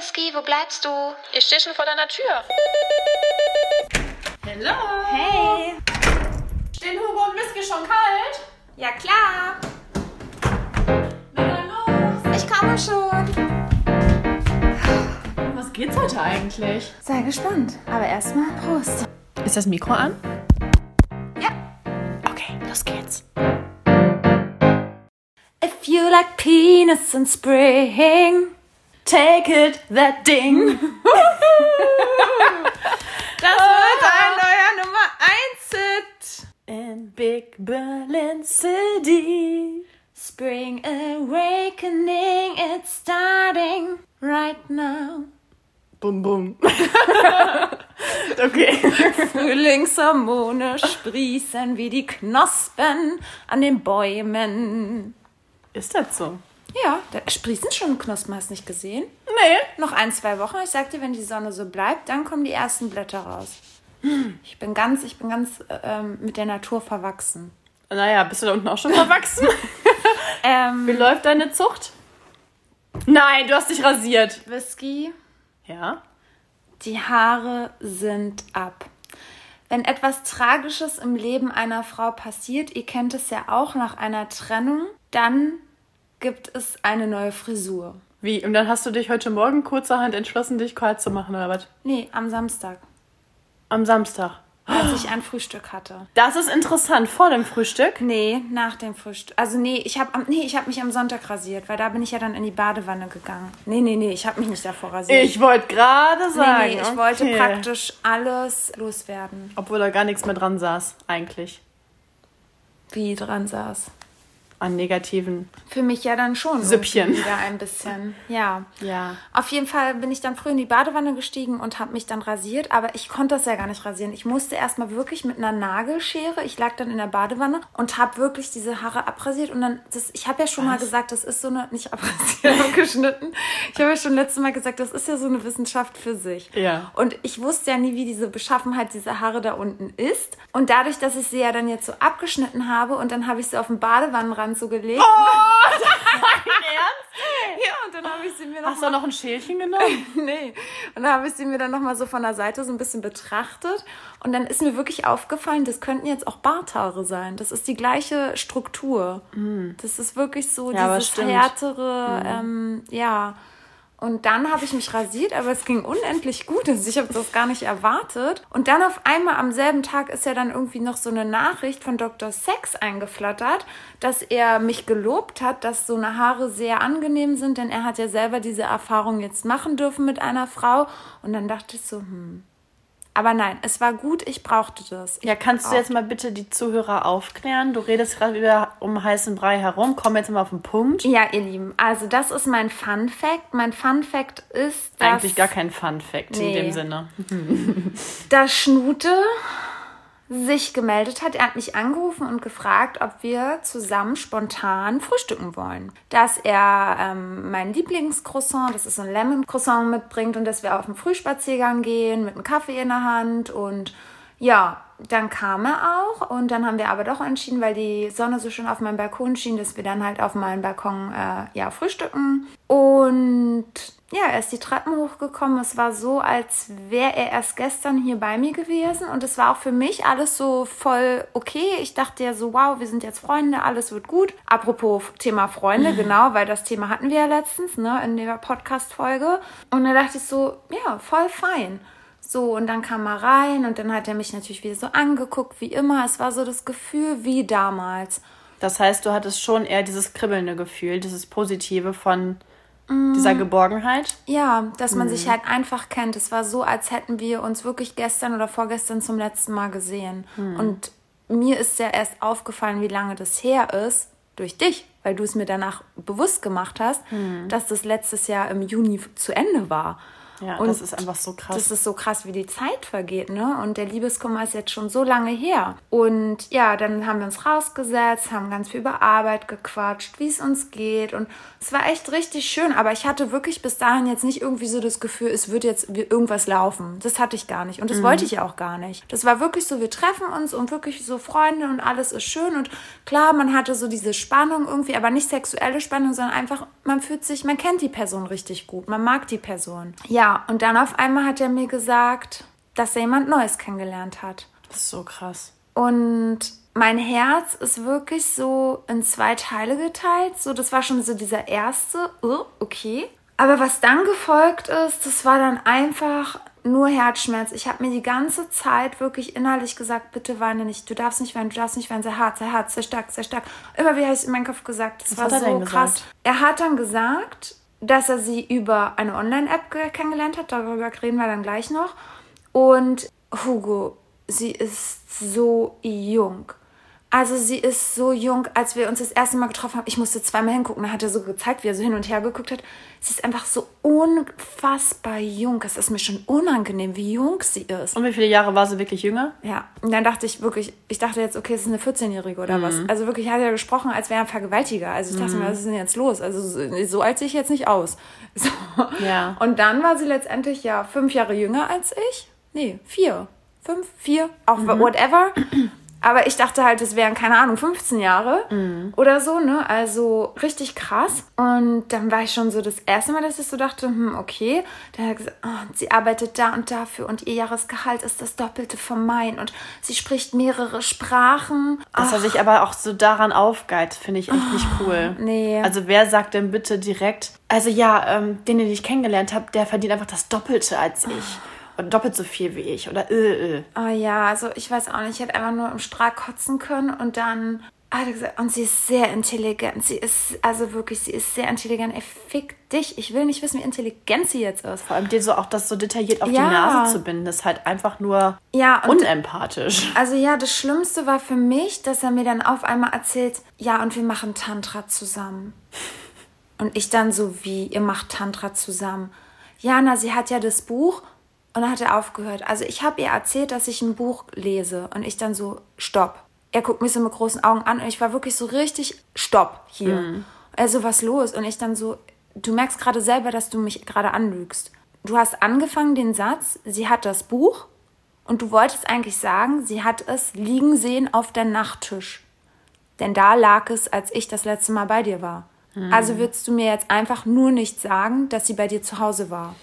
Whisky, wo bleibst du? Ich stehe schon vor deiner Tür. Hallo. Hey. Stehen Hugo und Whisky schon kalt? Ja, klar. Na dann los. Ich komme schon. Was geht's heute eigentlich? Sei gespannt. Aber erstmal Prost. Ist das Mikro an? Ja. Okay, los geht's. If you like peanuts in spring, take it, that ding. Das wird ein neuer Nummer 1-Hit. In Big Berlin City. Spring awakening, it's starting right now. Bum, bum. Okay. Frühlingshormone sprießen wie die Knospen an den Bäumen. Ist das so? Ja, da sprießen schon Knospen, hast du nicht gesehen? Nee. Noch 1-2 Wochen. Ich sag dir, wenn die Sonne so bleibt, dann kommen die ersten Blätter raus. Ich bin ganz mit der Natur verwachsen. Naja, bist du da unten auch schon verwachsen? Wie läuft deine Zucht? Nein, du hast dich rasiert. Whisky, Ja? die Haare sind ab. Wenn etwas Tragisches im Leben einer Frau passiert, ihr kennt es ja auch nach einer Trennung, dann gibt es eine neue Frisur. Wie? Und dann hast du dich heute Morgen kurzerhand entschlossen, dich kalt zu machen, oder was? Nee, am Samstag, Am Samstag. als ich ein Frühstück hatte. Das ist interessant. Vor dem Frühstück? Nee, nach dem Frühstück. Also ich habe mich am Sonntag rasiert, weil da bin ich ja dann in die Badewanne gegangen. Nee, ich habe mich nicht davor rasiert. Ich wollte gerade sagen. Nee, ich wollte praktisch alles loswerden. Obwohl da gar nichts mehr dran saß, eigentlich. Wie dran saß. An negativen. Für mich ja dann schon. Süppchen. irgendwie wieder ein bisschen. Ja. Ja. Auf jeden Fall bin ich dann früh in die Badewanne gestiegen und habe mich dann rasiert. Aber ich konnte das ja gar nicht rasieren. Ich musste erstmal wirklich mit einer Nagelschere, ich lag dann in der Badewanne und habe wirklich diese Haare abrasiert. Und dann, ich habe ja schon mal gesagt, das ist so eine, nicht abrasiert, aber geschnitten. Ich habe ja schon letztes Mal gesagt, das ist ja so eine Wissenschaft für sich. Ja. Und ich wusste ja nie, wie diese Beschaffenheit dieser Haare da unten ist. Und dadurch, dass ich sie ja dann jetzt so abgeschnitten habe und dann habe ich sie auf den Badewannenrand so gelegt. Oh, dein Ernst? Ja, und dann habe ich sie mir Hast du noch ein Schälchen genommen? Nee. Und dann habe ich sie mir dann nochmal so von der Seite so ein bisschen betrachtet. Und dann ist mir wirklich aufgefallen, das könnten jetzt auch Barthaare sein. Das ist die gleiche Struktur. Das ist wirklich so Ja, dieses härtere, ja. Und dann habe ich mich rasiert, aber es ging unendlich gut. Also ich habe das gar nicht erwartet. Und dann auf einmal am selben Tag ist ja dann irgendwie noch so eine Nachricht von Dr. Sex eingeflattert, dass er mich gelobt hat, dass so eine Haare sehr angenehm sind, denn er hat ja selber diese Erfahrung jetzt machen dürfen mit einer Frau. Und dann dachte ich so, Aber nein, es war gut, ich brauchte das. Ja, kannst du jetzt mal bitte die Zuhörer aufklären? Du redest gerade wieder um heißen Brei herum. Komm jetzt mal auf den Punkt. Ja, ihr Lieben, also das ist mein Fun Fact. Mein Fun Fact ist, dass Eigentlich gar kein Fun Fact in dem Sinne. dass Schnute sich gemeldet hat. Er hat mich angerufen und gefragt, ob wir zusammen spontan frühstücken wollen. Dass er mein Lieblingscroissant, das ist so ein Lemon Croissant, mitbringt und dass wir auf einen Frühspaziergang gehen mit einem Kaffee in der Hand. Und ja, dann kam er auch und dann haben wir aber doch entschieden, weil die Sonne so schön auf meinem Balkon schien, dass wir dann halt auf meinem Balkon frühstücken. Und ja, er ist die Treppen hochgekommen. Es war so, als wäre er erst gestern hier bei mir gewesen. Und es war auch für mich alles so voll okay. Ich dachte ja so, wow, wir sind jetzt Freunde, alles wird gut. Apropos Thema Freunde, genau, weil das Thema hatten wir ja letztens, ne, in der Podcast-Folge. Und da dachte ich so, ja, voll fein. So, und dann kam er rein und dann hat er mich natürlich wieder so angeguckt, wie immer. Es war so das Gefühl wie damals. Das heißt, du hattest schon eher dieses kribbelnde Gefühl, dieses Positive von dieser Geborgenheit. Ja, dass man sich halt einfach kennt. Es war so, als hätten wir uns wirklich gestern oder vorgestern zum letzten Mal gesehen. Und mir ist ja erst aufgefallen, wie lange das her ist, durch dich, weil du es mir danach bewusst gemacht hast, dass das letztes Jahr im Juni zu Ende war. Ja, und das ist einfach so krass. Das ist so krass, wie die Zeit vergeht, ne? Und der Liebeskummer ist jetzt schon so lange her. Und ja, dann haben wir uns rausgesetzt, haben ganz viel über Arbeit gequatscht, wie es uns geht. Und es war echt richtig schön. Aber ich hatte wirklich bis dahin jetzt nicht irgendwie so das Gefühl, es wird jetzt irgendwas laufen. Das hatte ich gar nicht. Und das wollte ich auch gar nicht. Das war wirklich so, wir treffen uns und wirklich so Freunde und alles ist schön. Und klar, man hatte so diese Spannung irgendwie, aber nicht sexuelle Spannung, sondern einfach, man kennt die Person richtig gut. Man mag die Person. Ja, und dann auf einmal hat er mir gesagt, dass er jemand Neues kennengelernt hat. Das ist so krass. Und mein Herz ist wirklich so in 2 Teile geteilt. So, das war schon so dieser erste, okay. Aber was dann gefolgt ist, das war dann einfach nur Herzschmerz. Ich habe mir die ganze Zeit wirklich innerlich gesagt, bitte weine nicht, du darfst nicht weinen, sei hart, sei stark. Immer wieder habe ich es in meinem Kopf gesagt. Das war so krass. Er hat dann gesagt, dass er sie über eine Online-App kennengelernt hat, darüber reden wir dann gleich noch. Und Hugo, sie ist so jung. Also sie ist so jung, als wir uns das erste Mal getroffen haben. Ich musste 2-mal hingucken, da hat er so gezeigt, wie er so hin und her geguckt hat. Sie ist einfach so unfassbar jung. Es ist mir schon unangenehm, wie jung sie ist. Und wie viele Jahre war sie wirklich jünger? Ja, und dann dachte ich wirklich, jetzt, okay, es ist eine 14-Jährige oder was. Also wirklich, hat er gesprochen, als wäre er ein Vergewaltiger. Also ich dachte mir, was ist denn jetzt los? Also so alt sehe ich jetzt nicht aus. So. Ja. Und dann war sie letztendlich 5 Jahre jünger als ich. Nee, 4. 5, 4, auch whatever. Aber ich dachte halt, es wären, keine Ahnung, 15 Jahre oder so, ne? Also richtig krass. Und dann war ich schon so das erste Mal, dass ich so dachte, okay. Dann hat er gesagt, sie arbeitet da und dafür und ihr Jahresgehalt ist das Doppelte von meinem. Und sie spricht mehrere Sprachen. Dass er sich aber auch so daran aufgeilt, finde ich echt nicht cool. Nee. Also wer sagt denn bitte direkt, also den ich kennengelernt habe, der verdient einfach das Doppelte als ich. Und doppelt so viel wie ich. Oder Oh ja, also ich weiß auch nicht. Ich hätte einfach nur im Strahl kotzen können. Und dann hat er gesagt, und sie ist sehr intelligent. Sie ist sehr intelligent. Ey, fick dich. Ich will nicht wissen, wie intelligent sie jetzt ist. Vor allem dir so auch das so detailliert auf die Nase zu binden, ist halt einfach nur unempathisch. Also ja, das Schlimmste war für mich, dass er mir dann auf einmal erzählt, ja, und wir machen Tantra zusammen. Und ich dann so, wie, ihr macht Tantra zusammen? Ja, na, sie hat ja das Buch. Und dann hat er aufgehört. Also ich habe ihr erzählt, dass ich ein Buch lese. Und ich dann so, stopp. Er guckt mich so mit großen Augen an. Und ich war wirklich so richtig, stopp, hier. Also was los? Und ich dann so, du merkst gerade selber, dass du mich gerade anlügst. Du hast angefangen den Satz, sie hat das Buch. Und du wolltest eigentlich sagen, sie hat es liegen sehen auf dem Nachttisch. Denn da lag es, als ich das letzte Mal bei dir war. Also würdest du mir jetzt einfach nur nicht sagen, dass sie bei dir zu Hause war.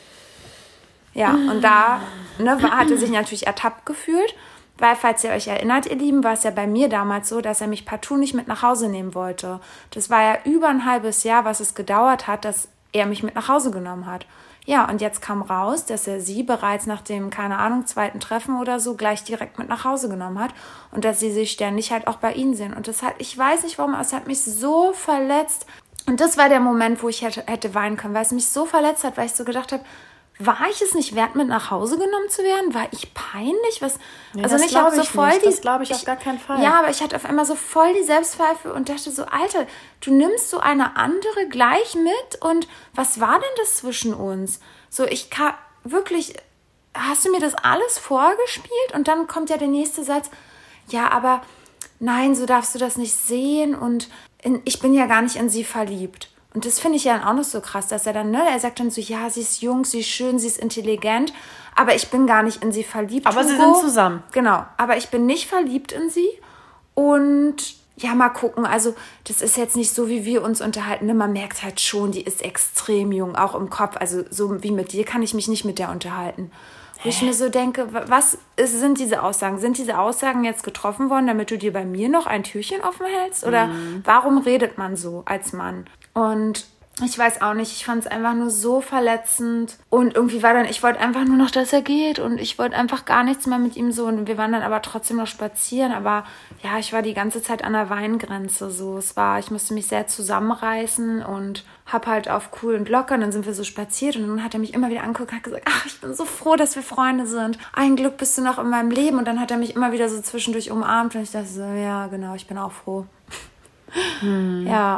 Ja, und da hat er sich natürlich ertappt gefühlt, weil, falls ihr euch erinnert, ihr Lieben, war es ja bei mir damals so, dass er mich partout nicht mit nach Hause nehmen wollte. Das war ja über ein halbes Jahr, was es gedauert hat, dass er mich mit nach Hause genommen hat. Ja, und jetzt kam raus, dass er sie bereits nach dem, keine Ahnung, 2. Treffen oder so gleich direkt mit nach Hause genommen hat und dass sie sich ständig halt auch bei ihm sehen. Und das hat, ich weiß nicht warum, aber es hat mich so verletzt. Und das war der Moment, wo ich hätte weinen können, weil es mich so verletzt hat, weil ich so gedacht habe, war ich es nicht wert, mit nach Hause genommen zu werden? War ich peinlich? Nee, also ich habe so voll nicht. Das glaube ich auf gar keinen Fall. Ja, aber ich hatte auf einmal so voll die Selbstzweifel und dachte so, Alter, du nimmst so eine andere gleich mit und was war denn das zwischen uns? So, wirklich, hast du mir das alles vorgespielt? Und dann kommt ja der nächste Satz, ja, aber nein, so darfst du das nicht sehen und ich bin ja gar nicht in sie verliebt. Und das finde ich ja dann auch noch so krass, dass er dann, er sagt dann so, ja, sie ist jung, sie ist schön, sie ist intelligent, aber ich bin gar nicht in sie verliebt. Aber Hugo. Sie sind zusammen. Genau, aber ich bin nicht verliebt in sie und ja, mal gucken, also das ist jetzt nicht so, wie wir uns unterhalten, ne? Man merkt halt schon, die ist extrem jung, auch im Kopf, also so wie mit dir kann ich mich nicht mit der unterhalten. Wo ich mir so denke, sind diese Aussagen? Sind diese Aussagen jetzt getroffen worden, damit du dir bei mir noch ein Türchen offen hältst? Oder warum redet man so als Mann? Und ich weiß auch nicht, ich fand es einfach nur so verletzend. Und irgendwie ich wollte einfach nur noch, dass er geht. Und ich wollte einfach gar nichts mehr mit ihm so. Und wir waren dann aber trotzdem noch spazieren. Aber ja, ich war die ganze Zeit an der Weingrenze. So, ich musste mich sehr zusammenreißen und hab halt auf cool und locker. Und dann sind wir so spaziert. Und dann hat er mich immer wieder angeguckt und hat gesagt, ach, ich bin so froh, dass wir Freunde sind. Ein Glück bist du noch in meinem Leben. Und dann hat er mich immer wieder so zwischendurch umarmt. Und ich dachte so, ja, genau, ich bin auch froh. Ja.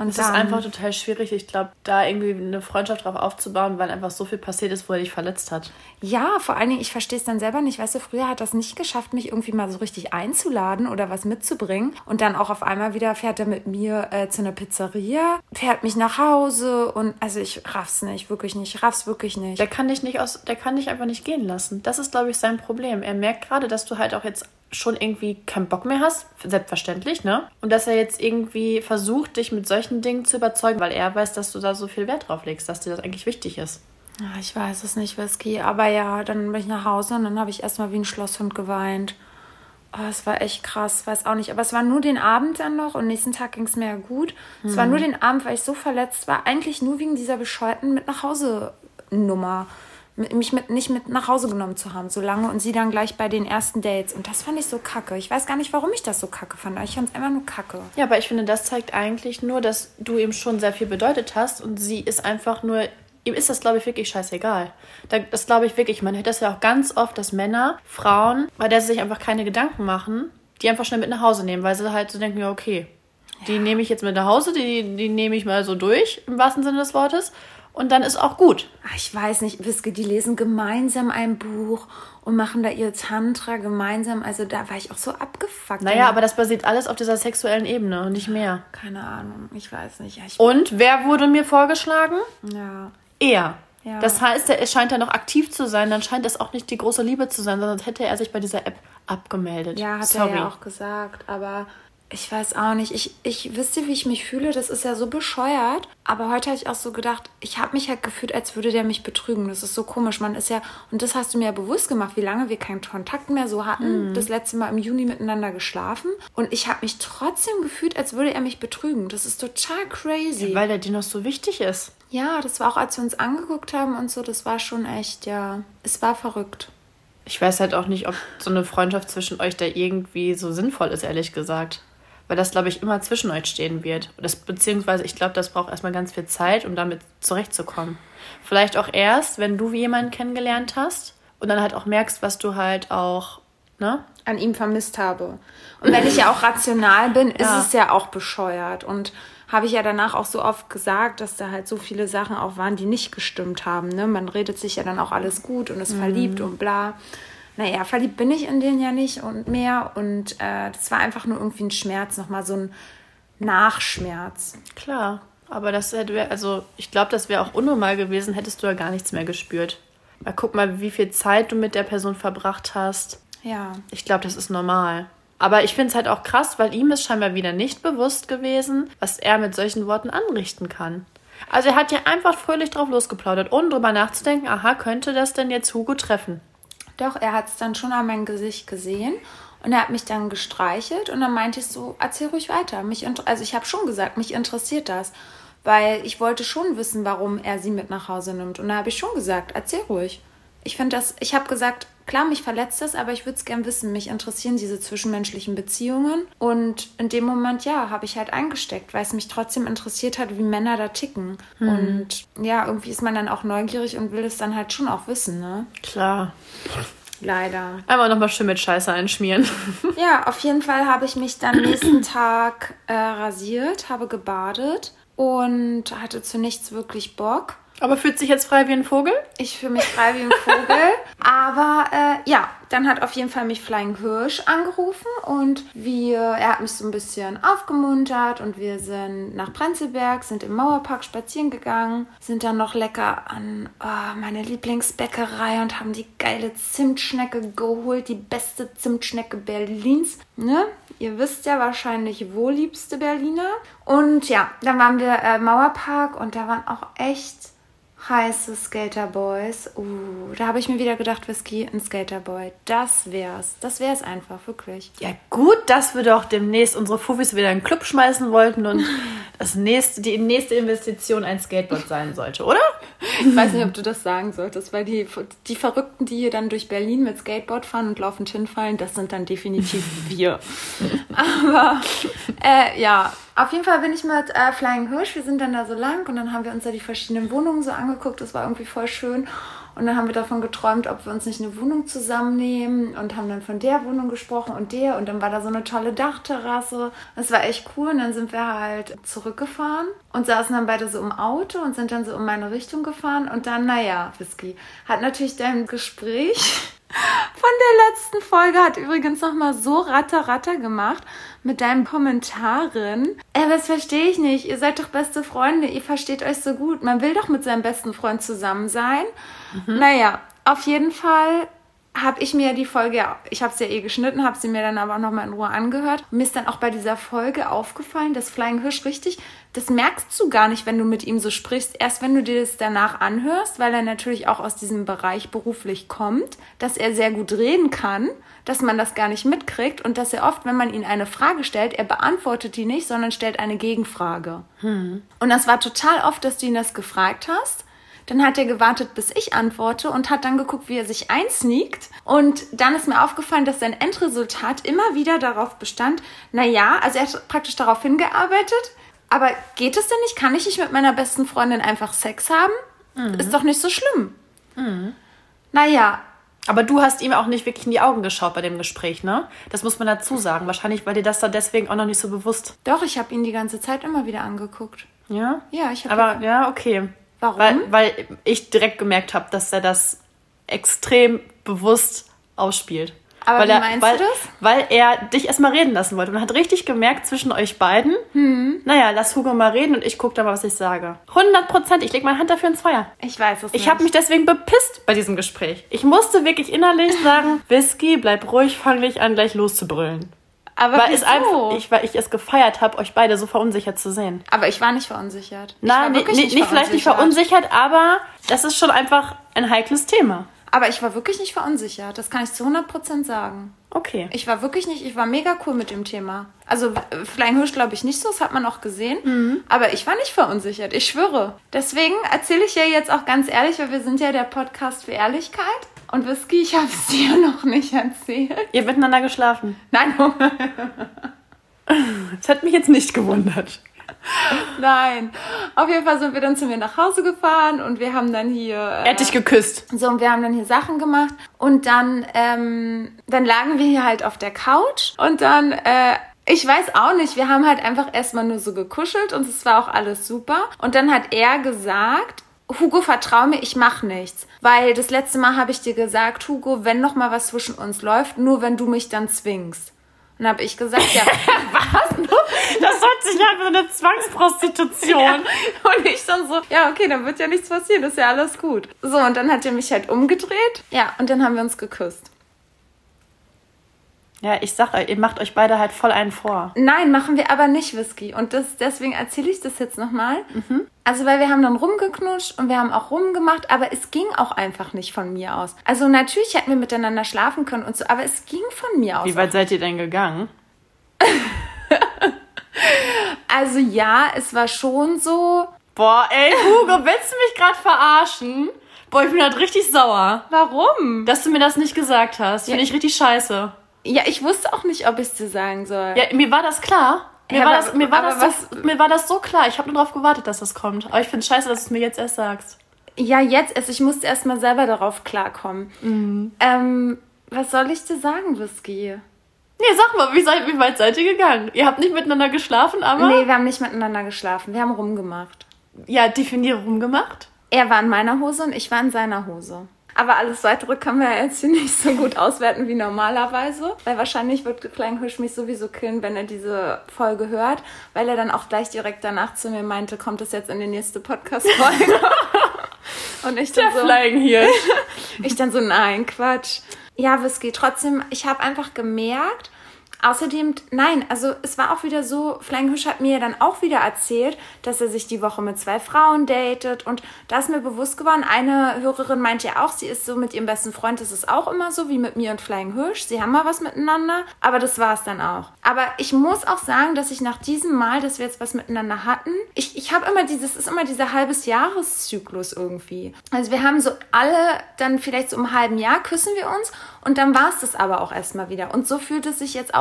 Und Es ist einfach total schwierig, ich glaube, da irgendwie eine Freundschaft drauf aufzubauen, weil einfach so viel passiert ist, wo er dich verletzt hat. Ja, vor allen Dingen, ich verstehe es dann selber nicht. Weißt du, früher hat das nicht geschafft, mich irgendwie mal so richtig einzuladen oder was mitzubringen. Und dann auch auf einmal wieder fährt er mit mir zu einer Pizzeria, fährt mich nach Hause und also ich raff's nicht, wirklich nicht. Ich raff's wirklich nicht. Der kann dich einfach nicht gehen lassen. Das ist, glaube ich, sein Problem. Er merkt gerade, dass du halt auch jetzt schon irgendwie keinen Bock mehr hast, selbstverständlich, ne? Und dass er jetzt irgendwie versucht, dich mit solchen Dingen zu überzeugen, weil er weiß, dass du da so viel Wert drauf legst, dass dir das eigentlich wichtig ist. Ja, ich weiß es nicht, Whisky, aber ja, dann bin ich nach Hause und dann habe ich erstmal wie ein Schlosshund geweint. Oh, es war echt krass, weiß auch nicht. Aber es war nur den Abend dann noch und nächsten Tag ging es mir ja gut. Es war nur den Abend, weil ich so verletzt war, eigentlich nur wegen dieser bescheuerten Mit-nach-Hause-Nummer. Mich nicht mit nach Hause genommen zu haben, so lange und sie dann gleich bei den ersten Dates. Und das fand ich so kacke. Ich weiß gar nicht, warum ich das so kacke fand. Ich fand es einfach nur kacke. Ja, aber ich finde, das zeigt eigentlich nur, dass du ihm schon sehr viel bedeutet hast und sie ist einfach nur, ihm ist das, glaube ich, wirklich scheißegal. Das glaube ich wirklich. Man hört das ja auch ganz oft, dass Männer, Frauen, bei der sie sich einfach keine Gedanken machen, die einfach schnell mit nach Hause nehmen, weil sie halt so denken, ja, okay, die nehme ich jetzt mit nach Hause, die nehme ich mal so durch, im wahrsten Sinne des Wortes. Und dann ist auch gut. Ich weiß nicht, Whisky, die lesen gemeinsam ein Buch und machen da ihr Tantra gemeinsam. Also da war ich auch so abgefuckt. Naja, aber das basiert alles auf dieser sexuellen Ebene und nicht mehr. Keine Ahnung, ich weiß nicht. Ja, und wer wurde mir vorgeschlagen? Ja. Er. Ja. Das heißt, er scheint ja noch aktiv zu sein. Dann scheint das auch nicht die große Liebe zu sein, sondern hätte er sich bei dieser App abgemeldet. Ja, hat er ja auch gesagt, aber ich weiß auch nicht. Ich wisst ihr, wie ich mich fühle? Das ist ja so bescheuert. Aber heute habe ich auch so gedacht, ich habe mich halt gefühlt, als würde der mich betrügen. Das ist so komisch. Man ist ja, und das hast du mir ja bewusst gemacht, wie lange wir keinen Kontakt mehr so hatten. Das letzte Mal im Juni miteinander geschlafen. Und ich habe mich trotzdem gefühlt, als würde er mich betrügen. Das ist total crazy. Ja, weil er dir noch so wichtig ist. Ja, das war auch, als wir uns angeguckt haben und so, das war schon echt, ja, es war verrückt. Ich weiß halt auch nicht, ob so eine Freundschaft zwischen euch da irgendwie so sinnvoll ist, ehrlich gesagt. Weil das, glaube ich, immer zwischen euch stehen wird. Beziehungsweise, ich glaube, das braucht erstmal ganz viel Zeit, um damit zurechtzukommen. Vielleicht auch erst, wenn du jemanden kennengelernt hast und dann halt auch merkst, was du halt auch, ne? An ihm vermisst habe. Und wenn ich ja auch rational bin, ist es ja auch bescheuert. Und habe ich ja danach auch so oft gesagt, dass da halt so viele Sachen auch waren, die nicht gestimmt haben. Ne? Man redet sich ja dann auch alles gut und ist verliebt und bla. Naja, verliebt bin ich in den ja nicht und mehr. Und das war einfach nur irgendwie ein Schmerz, nochmal so ein Nachschmerz. Klar, aber das ich glaube, das wäre auch unnormal gewesen, hättest du ja gar nichts mehr gespürt. Weil guck mal, wie viel Zeit du mit der Person verbracht hast. Ja. Ich glaube, das ist normal. Aber ich finde es halt auch krass, weil ihm ist scheinbar wieder nicht bewusst gewesen, was er mit solchen Worten anrichten kann. Also er hat ja einfach fröhlich drauf losgeplaudert, ohne drüber nachzudenken, aha, könnte das denn jetzt Hugo treffen? Doch, er hat es dann schon an meinem Gesicht gesehen und er hat mich dann gestreichelt und dann meinte ich so, erzähl ruhig weiter. Also ich habe schon gesagt, mich interessiert das, weil ich wollte schon wissen, warum er sie mit nach Hause nimmt. Und da habe ich schon gesagt, erzähl ruhig. Ich habe gesagt, klar, mich verletzt das, aber ich würde es gern wissen. Mich interessieren diese zwischenmenschlichen Beziehungen. Und in dem Moment, ja, habe ich halt eingesteckt, weil es mich trotzdem interessiert hat, wie Männer da ticken. Und ja, irgendwie ist man dann auch neugierig und will es dann halt schon auch wissen, ne? Klar. Leider. Einmal nochmal schön mit Scheiße einschmieren. Ja, auf jeden Fall habe ich mich dann nächsten Tag rasiert, habe gebadet und hatte zu nichts wirklich Bock. Aber fühlt sich jetzt frei wie ein Vogel? Ich fühle mich frei wie ein Vogel. Aber ja, dann hat auf jeden Fall mich Flying Hirsch angerufen und er hat mich so ein bisschen aufgemuntert und wir sind nach Prenzlberg, sind im Mauerpark spazieren gegangen, sind dann noch lecker an meine Lieblingsbäckerei und haben die geile Zimtschnecke geholt, die beste Zimtschnecke Berlins. Ne? Ihr wisst ja wahrscheinlich, wo liebste Berliner. Und ja, dann waren wir im Mauerpark und da waren auch echt heiße Skaterboys. Da habe ich mir wieder gedacht, Whisky, ein Skaterboy. Das wär's. Das wär's einfach, wirklich. Ja gut, dass wir doch demnächst unsere Fuffis wieder in den Club schmeißen wollten und die nächste Investition ein Skateboard sein sollte, oder? Ich weiß nicht, ob du das sagen solltest, weil die Verrückten, die hier dann durch Berlin mit Skateboard fahren und laufend hinfallen, das sind dann definitiv wir. Aber ja, auf jeden Fall bin ich mit Flying Hirsch, wir sind dann da so lang und dann haben wir uns da die verschiedenen Wohnungen so angeguckt, das war irgendwie voll schön Und dann haben wir davon geträumt, ob wir uns nicht eine Wohnung zusammennehmen und haben dann von der Wohnung gesprochen und der. Und dann war da so eine tolle Dachterrasse. Das war echt cool. Und dann sind wir halt zurückgefahren und saßen dann beide so im Auto und sind dann so in meine Richtung gefahren. Und dann, Whisky, hat natürlich dein Gespräch von der letzten Folge hat übrigens nochmal so ratter gemacht mit deinen Kommentaren. Das verstehe ich nicht. Ihr seid doch beste Freunde. Ihr versteht euch so gut. Man will doch mit seinem besten Freund zusammen sein. Auf jeden Fall habe ich mir die Folge, ich habe es ja geschnitten, habe sie mir dann aber auch nochmal in Ruhe angehört. Und mir ist dann auch bei dieser Folge aufgefallen, dass Flying Hirsch richtig, das merkst du gar nicht, wenn du mit ihm so sprichst, erst wenn du dir das danach anhörst, weil er natürlich auch aus diesem Bereich beruflich kommt, dass er sehr gut reden kann, dass man das gar nicht mitkriegt und dass er oft, wenn man ihn eine Frage stellt, er beantwortet die nicht, sondern stellt eine Gegenfrage. Und das war total oft, dass du ihn das gefragt hast. Dann hat er gewartet, bis ich antworte und hat dann geguckt, wie er sich einsneakt. Und dann ist mir aufgefallen, dass sein Endresultat immer wieder darauf bestand, also er hat praktisch darauf hingearbeitet, aber geht es denn nicht? Kann ich nicht mit meiner besten Freundin einfach Sex haben? Ist doch nicht so schlimm. Aber du hast ihm auch nicht wirklich in die Augen geschaut bei dem Gespräch, ne? Das muss man dazu sagen. Wahrscheinlich war dir das da deswegen auch noch nicht so bewusst. Doch, ich habe ihn die ganze Zeit immer wieder angeguckt. Ja? Ja, ich habe... Aber, ja, okay. Warum? Weil ich direkt gemerkt habe, dass er das extrem bewusst ausspielt. Aber wie meinst du das? Weil er dich erstmal reden lassen wollte. Und hat richtig gemerkt zwischen euch beiden, lass Hugo mal reden und ich gucke dann mal, was ich sage. 100%, ich lege meine Hand dafür ins Feuer. Ich weiß es nicht. Ich habe mich deswegen bepisst bei diesem Gespräch. Ich musste wirklich innerlich sagen, Whisky, bleib ruhig, fang nicht an, gleich loszubrüllen. Aber weil ich es gefeiert habe, euch beide so verunsichert zu sehen. Aber ich war nicht verunsichert. Nein, vielleicht nicht verunsichert, aber das ist schon einfach ein heikles Thema. Aber ich war wirklich nicht verunsichert. Das kann ich zu 100% sagen. Okay. Ich war mega cool mit dem Thema. Also Flying Hirsch glaube ich nicht so, das hat man auch gesehen. Aber ich war nicht verunsichert, ich schwöre. Deswegen erzähle ich ja jetzt auch ganz ehrlich, weil wir sind ja der Podcast für Ehrlichkeit. Und Whisky, ich habe es dir noch nicht erzählt. Ihr habt miteinander geschlafen? Nein. Das hat mich jetzt nicht gewundert. Nein. Auf jeden Fall sind wir dann zu mir nach Hause gefahren und wir haben dann hier... Er hat dich geküsst. So, und wir haben dann hier Sachen gemacht. Und dann lagen wir hier halt auf der Couch. Und dann... ich weiß auch nicht, wir haben halt einfach erstmal nur so gekuschelt und es war auch alles super. Und dann hat er gesagt... Hugo, vertrau mir, ich mach nichts. Weil das letzte Mal habe ich dir gesagt, Hugo, wenn noch mal was zwischen uns läuft, nur wenn du mich dann zwingst. Und habe ich gesagt, ja. Was? Das hört sich an wie eine Zwangsprostitution. Ja. Und ich dann so, ja, okay, dann wird ja nichts passieren, ist ja alles gut. So, und dann hat er mich halt umgedreht. Ja, und dann haben wir uns geküsst. Ja, ich sag euch, ihr macht euch beide halt voll einen vor. Nein, machen wir aber nicht, Whisky. Und deswegen erzähle ich das jetzt nochmal. Also, weil wir haben dann rumgeknutscht und wir haben auch rumgemacht, aber es ging auch einfach nicht von mir aus. Also, natürlich hätten wir miteinander schlafen können und so, aber es ging von mir aus. Wie weit seid ihr denn gegangen? Also, ja, es war schon so... Boah, ey, Hugo, willst du mich gerade verarschen? Boah, ich bin halt richtig sauer. Warum? Dass du mir das nicht gesagt hast. Finde ich richtig scheiße. Ja, ich wusste auch nicht, ob ich es dir sagen soll. Ja, mir war das klar. Mir war das so klar. Ich habe nur darauf gewartet, dass das kommt. Aber ich finde es scheiße, dass du es mir jetzt erst sagst. Ja, jetzt erst. Ich musste erst mal selber darauf klarkommen. Was soll ich dir sagen, Whisky? Nee, sag mal, wie weit seid ihr gegangen? Ihr habt nicht miteinander geschlafen, aber... Nee, wir haben nicht miteinander geschlafen. Wir haben rumgemacht. Ja, definiere rumgemacht. Er war in meiner Hose und ich war in seiner Hose. Aber alles Weitere können wir jetzt hier nicht so gut auswerten wie normalerweise. Weil wahrscheinlich wird Flying Hirsch mich sowieso killen, wenn er diese Folge hört. Weil er dann auch gleich direkt danach zu mir meinte, kommt es jetzt in die nächste Podcast-Folge? Und ich dann so... Flying Hirsch. Ich dann so, nein, Quatsch. Ja, Whisky, trotzdem, ich habe einfach gemerkt... Außerdem, nein, also es war auch wieder so, Flying Hirsch hat mir dann auch wieder erzählt, dass er sich die Woche mit 2 Frauen datet und da ist mir bewusst geworden, eine Hörerin meint ja auch, sie ist so mit ihrem besten Freund, das ist auch immer so, wie mit mir und Flying Hirsch, sie haben mal was miteinander, aber das war es dann auch. Aber ich muss auch sagen, dass ich nach diesem Mal, dass wir jetzt was miteinander hatten, ich habe immer ist immer dieser Halbes-Jahres-Zyklus irgendwie. Also wir haben so alle, dann vielleicht so im halben Jahr küssen wir uns und dann war es das aber auch erstmal wieder. Und so fühlt es sich jetzt auch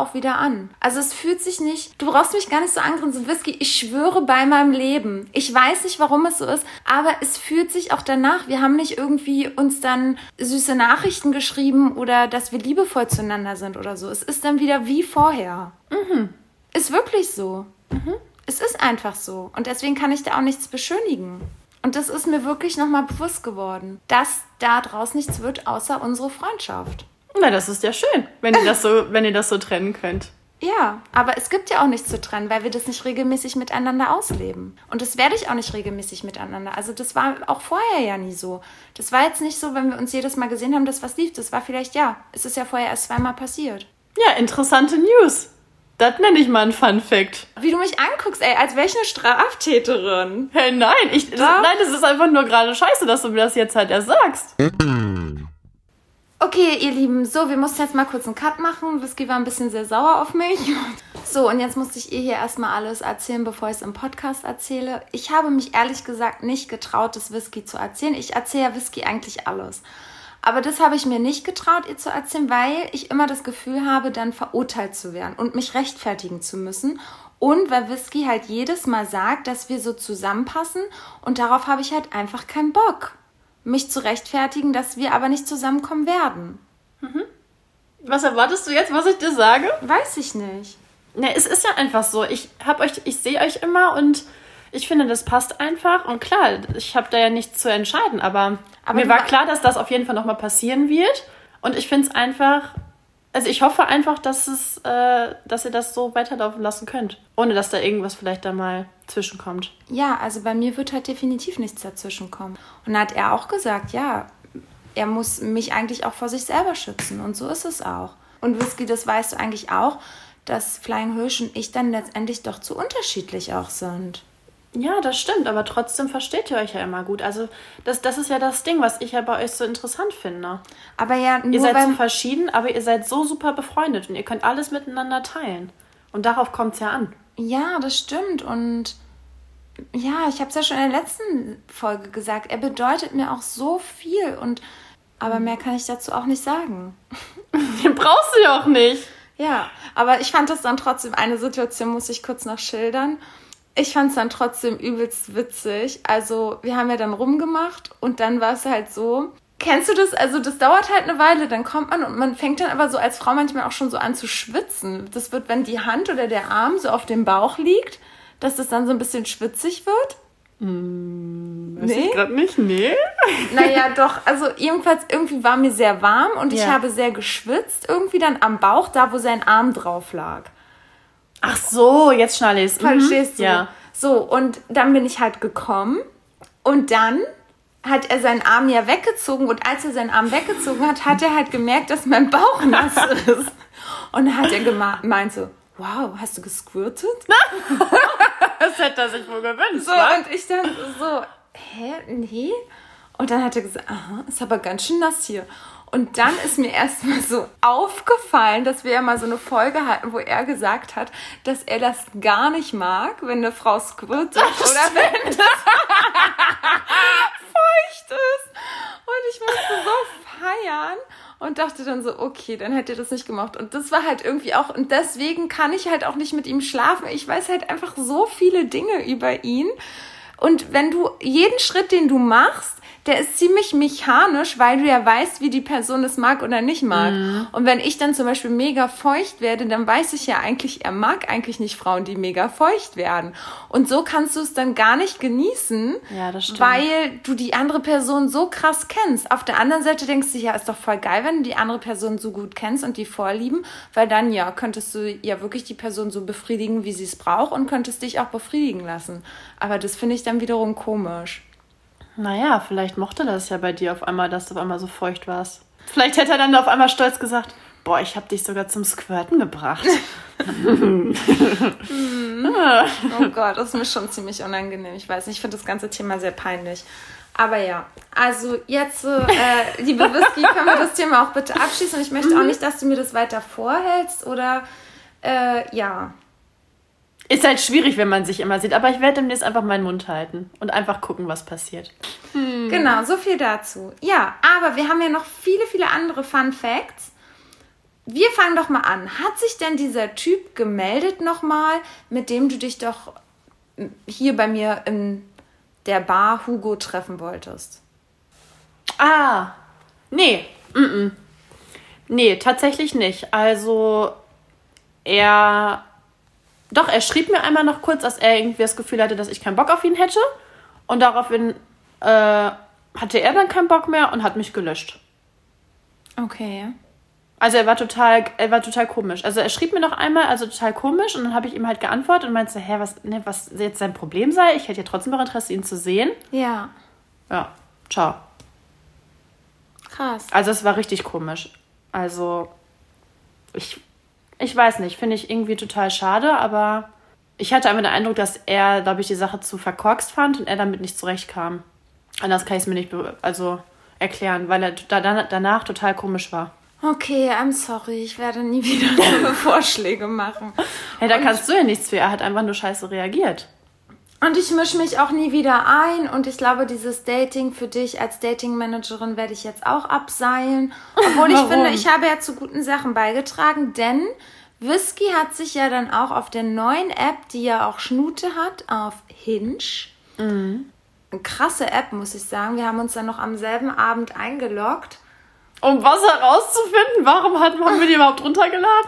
auch wieder an. Also es fühlt sich nicht, du brauchst mich gar nicht so angrinsen, Whisky, ich schwöre bei meinem Leben. Ich weiß nicht, warum es so ist, aber es fühlt sich auch danach, wir haben nicht irgendwie uns dann süße Nachrichten geschrieben oder dass wir liebevoll zueinander sind oder so. Es ist dann wieder wie vorher. Ist wirklich so. Es ist einfach so. Und deswegen kann ich da auch nichts beschönigen. Und das ist mir wirklich nochmal bewusst geworden, dass da draus nichts wird, außer unsere Freundschaft. Na, das ist ja schön, wenn ihr das so trennen könnt. Ja, aber es gibt ja auch nichts zu trennen, weil wir das nicht regelmäßig miteinander ausleben. Und das werde ich auch nicht regelmäßig miteinander. Also das war auch vorher ja nie so. Das war jetzt nicht so, wenn wir uns jedes Mal gesehen haben, dass was lief. Das war vielleicht, es ist ja vorher erst 2-mal passiert. Ja, interessante News. Das nenne ich mal einen Fun-Fact. Wie du mich anguckst, ey, als wäre ich eine Straftäterin. Hey, nein, das ist einfach nur gerade scheiße, dass du mir das jetzt halt erst sagst. Okay, ihr Lieben, so, wir mussten jetzt mal kurz einen Cut machen. Whisky war ein bisschen sehr sauer auf mich. So, und jetzt musste ich ihr hier erstmal alles erzählen, bevor ich es im Podcast erzähle. Ich habe mich ehrlich gesagt nicht getraut, das Whisky zu erzählen. Ich erzähle ja Whisky eigentlich alles. Aber das habe ich mir nicht getraut, ihr zu erzählen, weil ich immer das Gefühl habe, dann verurteilt zu werden und mich rechtfertigen zu müssen. Und weil Whisky halt jedes Mal sagt, dass wir so zusammenpassen und darauf habe ich halt einfach keinen Bock, mich zu rechtfertigen, dass wir aber nicht zusammenkommen werden. Was erwartest du jetzt, was ich dir sage? Weiß ich nicht. Ne, es ist ja einfach so. Ich sehe euch immer und ich finde, das passt einfach. Und klar, ich habe da ja nichts zu entscheiden, aber mir war klar, dass das auf jeden Fall nochmal passieren wird. Und ich finde es einfach, also ich hoffe einfach, dass ihr das so weiterlaufen lassen könnt. Ohne, dass da irgendwas vielleicht da mal zwischenkommt. Ja, also bei mir wird halt definitiv nichts dazwischenkommen. Und da hat er auch gesagt, ja, er muss mich eigentlich auch vor sich selber schützen. Und so ist es auch. Und Whisky, das weißt du eigentlich auch, dass Flying Hirsch und ich dann letztendlich doch zu unterschiedlich auch sind. Ja, das stimmt, aber trotzdem versteht ihr euch ja immer gut. Also das ist ja das Ding, was ich ja bei euch so interessant finde. Aber ja, nur ihr seid so verschieden, aber ihr seid so super befreundet und ihr könnt alles miteinander teilen. Und darauf kommt es ja an. Ja, das stimmt. Und ja, ich habe es ja schon in der letzten Folge gesagt, er bedeutet mir auch so viel. Aber mehr kann ich dazu auch nicht sagen. Den brauchst du ja auch nicht. Ja, aber ich fand das dann trotzdem, eine Situation muss ich kurz noch schildern. Ich fand es dann trotzdem übelst witzig. Also wir haben ja dann rumgemacht und dann war es halt so. Kennst du das? Also das dauert halt eine Weile, dann kommt man und man fängt dann aber so als Frau manchmal auch schon so an zu schwitzen. Das wird, wenn die Hand oder der Arm so auf dem Bauch liegt, dass das dann so ein bisschen schwitzig wird. Weiß ich gerade nicht, nee. Naja, doch, also jedenfalls irgendwie war mir sehr warm und ich habe sehr geschwitzt. Irgendwie dann am Bauch, da wo sein Arm drauf lag. Ach so, jetzt schnalle ich es. Verstehst du? Ja. So, und dann bin ich halt gekommen und dann hat er seinen Arm ja weggezogen und als er seinen Arm weggezogen hat, hat er halt gemerkt, dass mein Bauch nass ist. Und dann hat er gemeint so, wow, hast du gesquirtet? Das hätte er sich wohl gewünscht. So, wa? und ich dann so, hä, nee? Und dann hat er gesagt, aha, ist aber ganz schön nass hier. Und dann ist mir erstmal so aufgefallen, dass wir ja mal so eine Folge hatten, wo er gesagt hat, dass er das gar nicht mag, wenn eine Frau squirtet oder wenn das feucht ist. Und ich musste so feiern und dachte dann so, okay, dann hätte er das nicht gemacht. Und das war halt irgendwie auch, und deswegen kann ich halt auch nicht mit ihm schlafen. Ich weiß halt einfach so viele Dinge über ihn. Und wenn du jeden Schritt, den du machst, der ist ziemlich mechanisch, weil du ja weißt, wie die Person es mag oder nicht mag. Und wenn ich dann zum Beispiel mega feucht werde, dann weiß ich ja eigentlich, er mag eigentlich nicht Frauen, die mega feucht werden. Und so kannst du es dann gar nicht genießen, Ja, das stimmt. weil du die andere Person so krass kennst. Auf der anderen Seite denkst du, ja, ist doch voll geil, wenn du die andere Person so gut kennst und die vorlieben, weil dann ja, könntest du ja wirklich die Person so befriedigen, wie sie es braucht und könntest dich auch befriedigen lassen. Aber das finde ich dann wiederum komisch. Naja, vielleicht mochte das ja bei dir auf einmal, dass du auf einmal so feucht warst. Vielleicht hätte er dann auf einmal stolz gesagt, boah, ich habe dich sogar zum Squirten gebracht. Oh Gott, das ist mir schon ziemlich unangenehm. Ich weiß nicht, ich finde das ganze Thema sehr peinlich. Aber ja, also jetzt, liebe Whisky, können wir das Thema auch bitte abschließen. Und ich möchte auch nicht, dass du mir das weiter vorhältst oder, ja. Ist halt schwierig, wenn man sich immer sieht, aber ich werde demnächst einfach meinen Mund halten und einfach gucken, was passiert. Genau, so viel dazu. Ja, aber wir haben ja noch viele, viele andere Fun Facts, wir fangen doch mal an. Hat sich denn dieser Typ gemeldet nochmal, mit dem du dich doch hier bei mir in der Bar Hugo treffen wolltest? Nee. Nee, tatsächlich nicht. Also, er schrieb mir einmal noch kurz, dass er irgendwie das Gefühl hatte, dass ich keinen Bock auf ihn hätte. Und daraufhin hatte er dann keinen Bock mehr und hat mich gelöscht. Okay. Also er war total komisch. Also er schrieb mir noch einmal, also total komisch, und dann habe ich ihm halt geantwortet und meinte, was jetzt sein Problem sei. Ich hätte ja trotzdem noch Interesse, ihn zu sehen. Ja. Ja, ciao. Krass. Also es war richtig komisch. Also ich weiß nicht, finde ich irgendwie total schade, aber ich hatte einfach den Eindruck, dass er, glaube ich, die Sache zu verkorkst fand und er damit nicht zurechtkam. Anders kann ich es mir nicht erklären, weil er danach total komisch war. Okay, I'm sorry. Ich werde nie wieder so Vorschläge machen. Hey, da kannst du ja nichts für. Er hat einfach nur scheiße reagiert. Und ich mische mich auch nie wieder ein. Und ich glaube, dieses Dating für dich als Dating-Managerin werde ich jetzt auch abseilen. Obwohl ich finde, ich habe ja zu guten Sachen beigetragen. Denn Whisky hat sich ja dann auch auf der neuen App, die ja auch Schnute hat, auf Hinge. Eine krasse App, muss ich sagen. Wir haben uns dann noch am selben Abend eingeloggt. Um was herauszufinden, warum haben wir die überhaupt runtergeladen?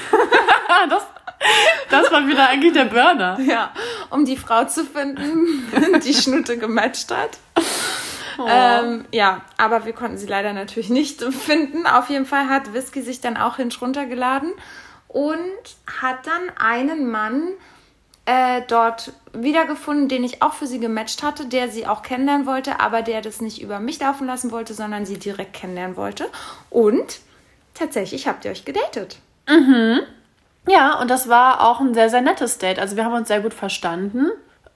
das war wieder eigentlich der Burner. Ja, um die Frau zu finden, die Schnute gematcht hat. Oh. Ja, aber wir konnten sie leider natürlich nicht finden. Auf jeden Fall hat Whisky sich dann auch Hinge runtergeladen und hat dann einen Mann dort wiedergefunden, den ich auch für sie gematcht hatte, der sie auch kennenlernen wollte, aber der das nicht über mich laufen lassen wollte, sondern sie direkt kennenlernen wollte. Und tatsächlich habt ihr euch gedatet. Ja, und das war auch ein sehr, sehr nettes Date. Also wir haben uns sehr gut verstanden.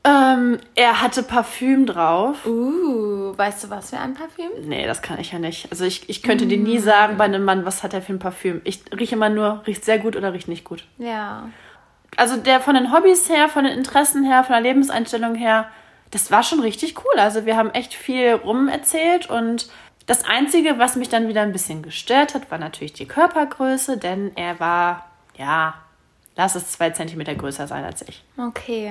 Er hatte Parfüm drauf. Weißt du, was für ein Parfüm? Nee, das kann ich ja nicht. Also ich könnte dir nie sagen bei einem Mann, was hat er für ein Parfüm. Ich rieche immer nur, riecht sehr gut oder riecht nicht gut. Ja. Also der von den Hobbys her, von den Interessen her, von der Lebenseinstellung her, das war schon richtig cool. Also wir haben echt viel rum erzählt und das Einzige, was mich dann wieder ein bisschen gestört hat, war natürlich die Körpergröße, denn er war, ja, lass es 2 Zentimeter größer sein als ich. Okay.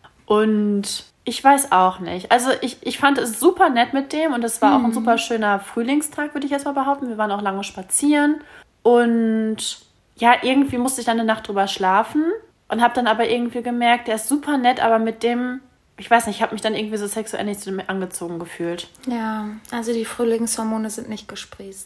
Und ich weiß auch nicht. Also ich fand es super nett mit dem und es war auch ein super schöner Frühlingstag, würde ich jetzt mal behaupten. Wir waren auch lange spazieren und ja, irgendwie musste ich dann eine Nacht drüber schlafen. Und habe dann aber irgendwie gemerkt, der ist super nett, aber mit dem, ich weiß nicht, ich habe mich dann irgendwie so sexuell nicht zu dem angezogen gefühlt. Ja, also die Frühlingshormone sind nicht gesprießt.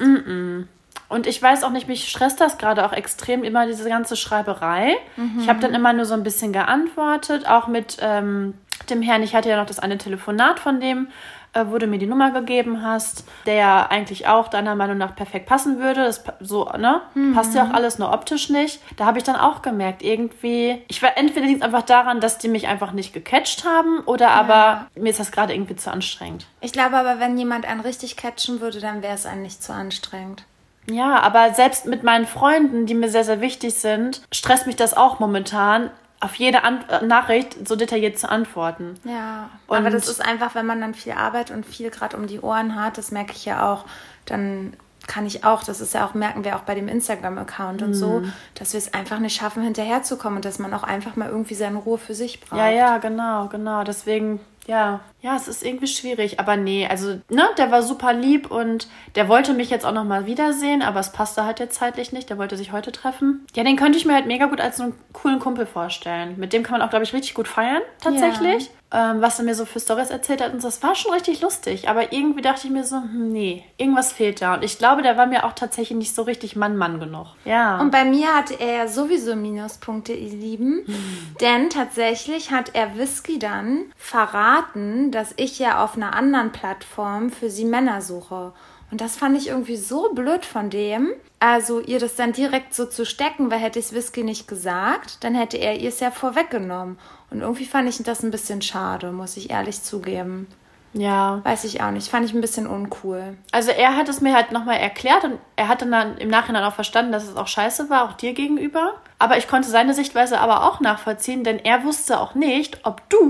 Und ich weiß auch nicht, mich stresst das gerade auch extrem, immer diese ganze Schreiberei. Ich habe dann immer nur so ein bisschen geantwortet, auch mit dem Herrn. Ich hatte ja noch das eine Telefonat von dem, wo du mir die Nummer gegeben hast, der eigentlich auch deiner Meinung nach perfekt passen würde. Das so, ne? Passt ja auch alles, nur optisch nicht. Da habe ich dann auch gemerkt, irgendwie, entweder liegt es einfach daran, dass die mich einfach nicht gecatcht haben oder aber mir ist das gerade irgendwie zu anstrengend. Ich glaube aber, wenn jemand einen richtig catchen würde, dann wäre es einem nicht zu anstrengend. Ja, aber selbst mit meinen Freunden, die mir sehr, sehr wichtig sind, stresst mich das auch momentan, auf jede Nachricht so detailliert zu antworten. Ja, aber das ist einfach, wenn man dann viel Arbeit und viel gerade um die Ohren hat, das merke ich ja auch, dann kann ich auch, das ist ja auch, merken wir auch bei dem Instagram-Account und so, dass wir es einfach nicht schaffen, hinterherzukommen und dass man auch einfach mal irgendwie seine Ruhe für sich braucht. Ja, genau. Deswegen, ja, es ist irgendwie schwierig. Aber nee, also, ne, der war super lieb und der wollte mich jetzt auch nochmal wiedersehen, aber es passte halt jetzt zeitlich nicht. Der wollte sich heute treffen. Ja, den könnte ich mir halt mega gut als so einen coolen Kumpel vorstellen. Mit dem kann man auch, glaube ich, richtig gut feiern, tatsächlich. Was er mir so für Storys erzählt hat und so, das war schon richtig lustig. Aber irgendwie dachte ich mir so, nee, irgendwas fehlt da. Und ich glaube, der war mir auch tatsächlich nicht so richtig Mann genug. Ja. Und bei mir hatte er ja sowieso Minuspunkte, ihr Lieben. Denn tatsächlich hat er Whisky dann verraten, dass ich ja auf einer anderen Plattform für sie Männer suche. Und das fand ich irgendwie so blöd von dem. Also ihr das dann direkt so zu stecken, weil hätte ich Whisky nicht gesagt, dann hätte er ihr es ja vorweggenommen. Und irgendwie fand ich das ein bisschen schade, muss ich ehrlich zugeben. Ja. Weiß ich auch nicht. Fand ich ein bisschen uncool. Also er hat es mir halt nochmal erklärt und er hat dann im Nachhinein auch verstanden, dass es auch scheiße war, auch dir gegenüber. Aber ich konnte seine Sichtweise aber auch nachvollziehen, denn er wusste auch nicht, ob du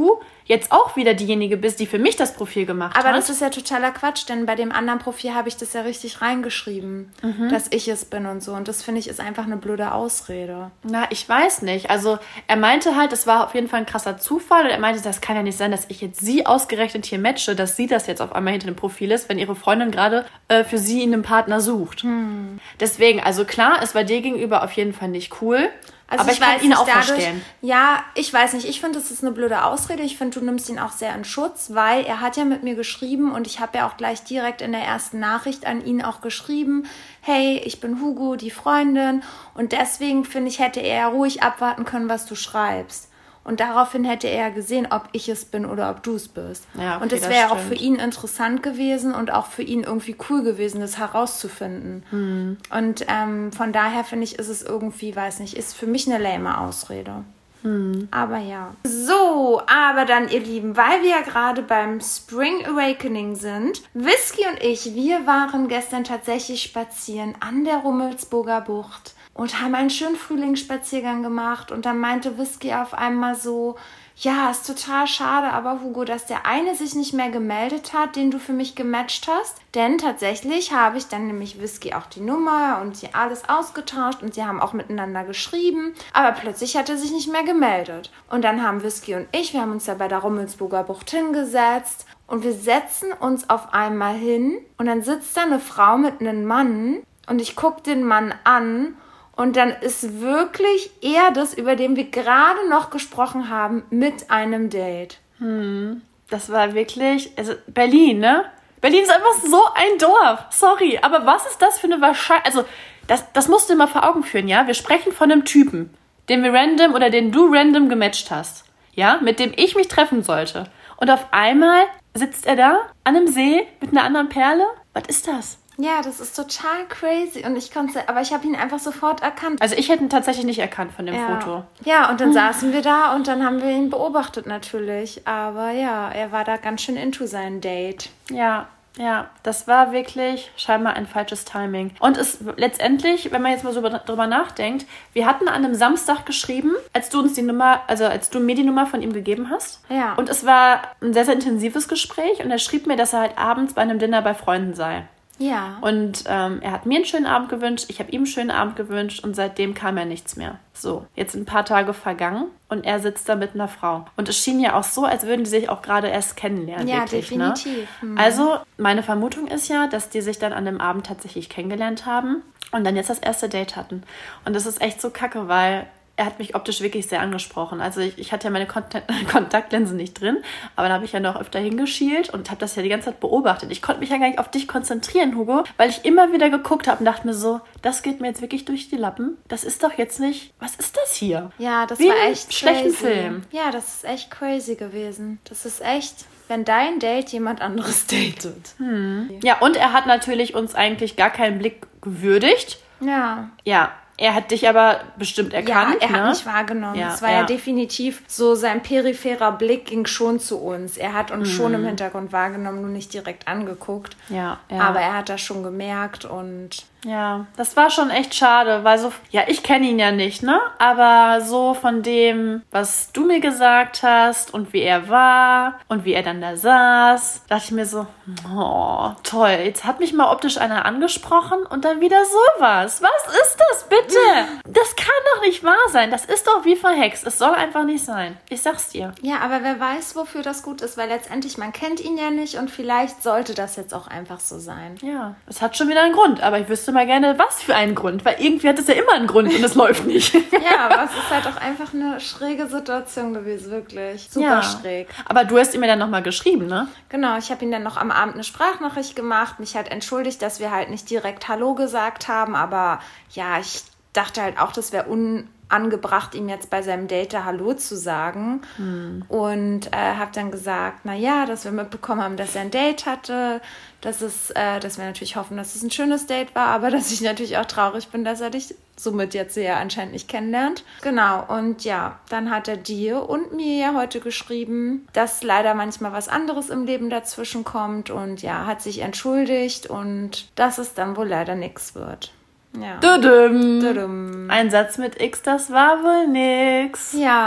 jetzt auch wieder diejenige bist, die für mich das Profil gemacht hat. Aber das ist ja totaler Quatsch, denn bei dem anderen Profil habe ich das ja richtig reingeschrieben, dass ich es bin und so. Und das, finde ich, ist einfach eine blöde Ausrede. Na, ich weiß nicht. Also er meinte halt, das war auf jeden Fall ein krasser Zufall. Und er meinte, das kann ja nicht sein, dass ich jetzt sie ausgerechnet hier matche, dass sie das jetzt auf einmal hinter dem Profil ist, wenn ihre Freundin gerade für sie einen Partner sucht. Deswegen, also klar, ist bei dir gegenüber auf jeden Fall nicht cool. Also aber ich kann ihn auch verstehen. Ja, ich weiß nicht. Ich finde, das ist eine blöde Ausrede. Ich finde, du nimmst ihn auch sehr in Schutz, weil er hat ja mit mir geschrieben und ich habe ja auch gleich direkt in der ersten Nachricht an ihn auch geschrieben, hey, ich bin Hugo, die Freundin. Und deswegen, finde ich, hätte er ruhig abwarten können, was du schreibst. Und daraufhin hätte er gesehen, ob ich es bin oder ob du es bist. Ja, okay, und das wäre auch für ihn interessant gewesen und auch für ihn irgendwie cool gewesen, das herauszufinden. Und von daher finde ich, ist es irgendwie, weiß nicht, ist für mich eine lame Ausrede. Aber ja. So, aber dann, ihr Lieben, weil wir ja gerade beim Spring Awakening sind, Whisky und ich, wir waren gestern tatsächlich spazieren an der Rummelsburger Bucht und haben einen schönen Frühlingsspaziergang gemacht. Und dann meinte Whisky auf einmal so, ja, ist total schade, aber Hugo, dass der eine sich nicht mehr gemeldet hat, den du für mich gematcht hast. Denn tatsächlich habe ich dann nämlich Whisky auch die Nummer und sie alles ausgetauscht und sie haben auch miteinander geschrieben. Aber plötzlich hat er sich nicht mehr gemeldet. Und dann haben Whisky und ich, wir haben uns ja bei der Rummelsburger Bucht hingesetzt und wir setzen uns auf einmal hin und dann sitzt da eine Frau mit einem Mann und ich gucke den Mann an. Und dann ist wirklich er das, über den wir gerade noch gesprochen haben, mit einem Date. Das war wirklich, also Berlin, ne? Berlin ist einfach so ein Dorf. Sorry, aber was ist das für eine Wahrscheinlichkeit? Also, das musst du dir mal vor Augen führen, ja? Wir sprechen von einem Typen, den wir random oder den du random gematcht hast. Ja? Mit dem ich mich treffen sollte. Und auf einmal sitzt er da an einem See mit einer anderen Perle. Was ist das? Ja, das ist total crazy und aber ich habe ihn einfach sofort erkannt. Also ich hätte ihn tatsächlich nicht erkannt von dem Foto. Ja, und dann saßen wir da und dann haben wir ihn beobachtet natürlich. Aber ja, er war da ganz schön into sein Date. Ja, das war wirklich scheinbar ein falsches Timing. Und es letztendlich, wenn man jetzt mal so drüber nachdenkt, wir hatten an einem Samstag geschrieben, als du mir die Nummer von ihm gegeben hast. Ja. Und es war ein sehr, sehr intensives Gespräch und er schrieb mir, dass er halt abends bei einem Dinner bei Freunden sei. Ja. Und er hat mir einen schönen Abend gewünscht, ich habe ihm einen schönen Abend gewünscht und seitdem kam er nichts mehr. So, jetzt sind ein paar Tage vergangen und er sitzt da mit einer Frau. Und es schien ja auch so, als würden die sich auch gerade erst kennenlernen. Ja, wirklich, definitiv. Ne? Also, meine Vermutung ist ja, dass die sich dann an dem Abend tatsächlich kennengelernt haben und dann jetzt das erste Date hatten. Und das ist echt so kacke, weil er hat mich optisch wirklich sehr angesprochen. Also ich hatte ja meine Kontaktlinsen nicht drin, aber da habe ich ja noch öfter hingeschielt und habe das ja die ganze Zeit beobachtet. Ich konnte mich ja gar nicht auf dich konzentrieren, Hugo, weil ich immer wieder geguckt habe und dachte mir so, das geht mir jetzt wirklich durch die Lappen. Das ist doch jetzt nicht, was ist das hier? Ja, das Wie war in echt schlechten crazy. Film. Ja, das ist echt crazy gewesen. Das ist echt, wenn dein Date jemand anderes datet. Ja, und er hat natürlich uns eigentlich gar keinen Blick gewürdigt. Ja. Ja. Er hat dich aber bestimmt erkannt, ja, er hat ne? mich wahrgenommen. Ja, es war ja definitiv so, sein peripherer Blick ging schon zu uns. Er hat uns schon im Hintergrund wahrgenommen, nur nicht direkt angeguckt. Ja. Aber er hat das schon gemerkt und... Ja, das war schon echt schade, weil so, ja, ich kenne ihn ja nicht, ne? Aber so von dem, was du mir gesagt hast und wie er war und wie er dann da saß, dachte ich mir so, oh, toll, jetzt hat mich mal optisch einer angesprochen und dann wieder sowas. Was ist das bitte? Das kann doch nicht wahr sein. Das ist doch wie verhext. Es soll einfach nicht sein. Ich sag's dir. Ja, aber wer weiß, wofür das gut ist, weil letztendlich, man kennt ihn ja nicht und vielleicht sollte das jetzt auch einfach so sein. Ja, es hat schon wieder einen Grund, aber ich wüsste mal gerne, was für einen Grund, weil irgendwie hat es ja immer einen Grund und es läuft nicht. Ja, aber es ist halt auch einfach eine schräge Situation gewesen, wirklich. Super schräg. Aber du hast ihm ja dann nochmal geschrieben, ne? Genau, ich habe ihm dann noch am Abend eine Sprachnachricht gemacht, mich halt entschuldigt, dass wir halt nicht direkt Hallo gesagt haben, aber ja, ich dachte halt auch, das wäre angebracht, ihm jetzt bei seinem Date Hallo zu sagen. Und habe dann gesagt, naja, dass wir mitbekommen haben, dass er ein Date hatte, dass wir natürlich hoffen, dass es ein schönes Date war, aber dass ich natürlich auch traurig bin, dass er dich somit jetzt ja anscheinend nicht kennenlernt. Genau, und ja, dann hat er dir und mir ja heute geschrieben, dass leider manchmal was anderes im Leben dazwischen kommt und ja, hat sich entschuldigt und dass es dann wohl leider nichts wird. Ja. Dudum. Ein Satz mit X, das war wohl nix. Ja,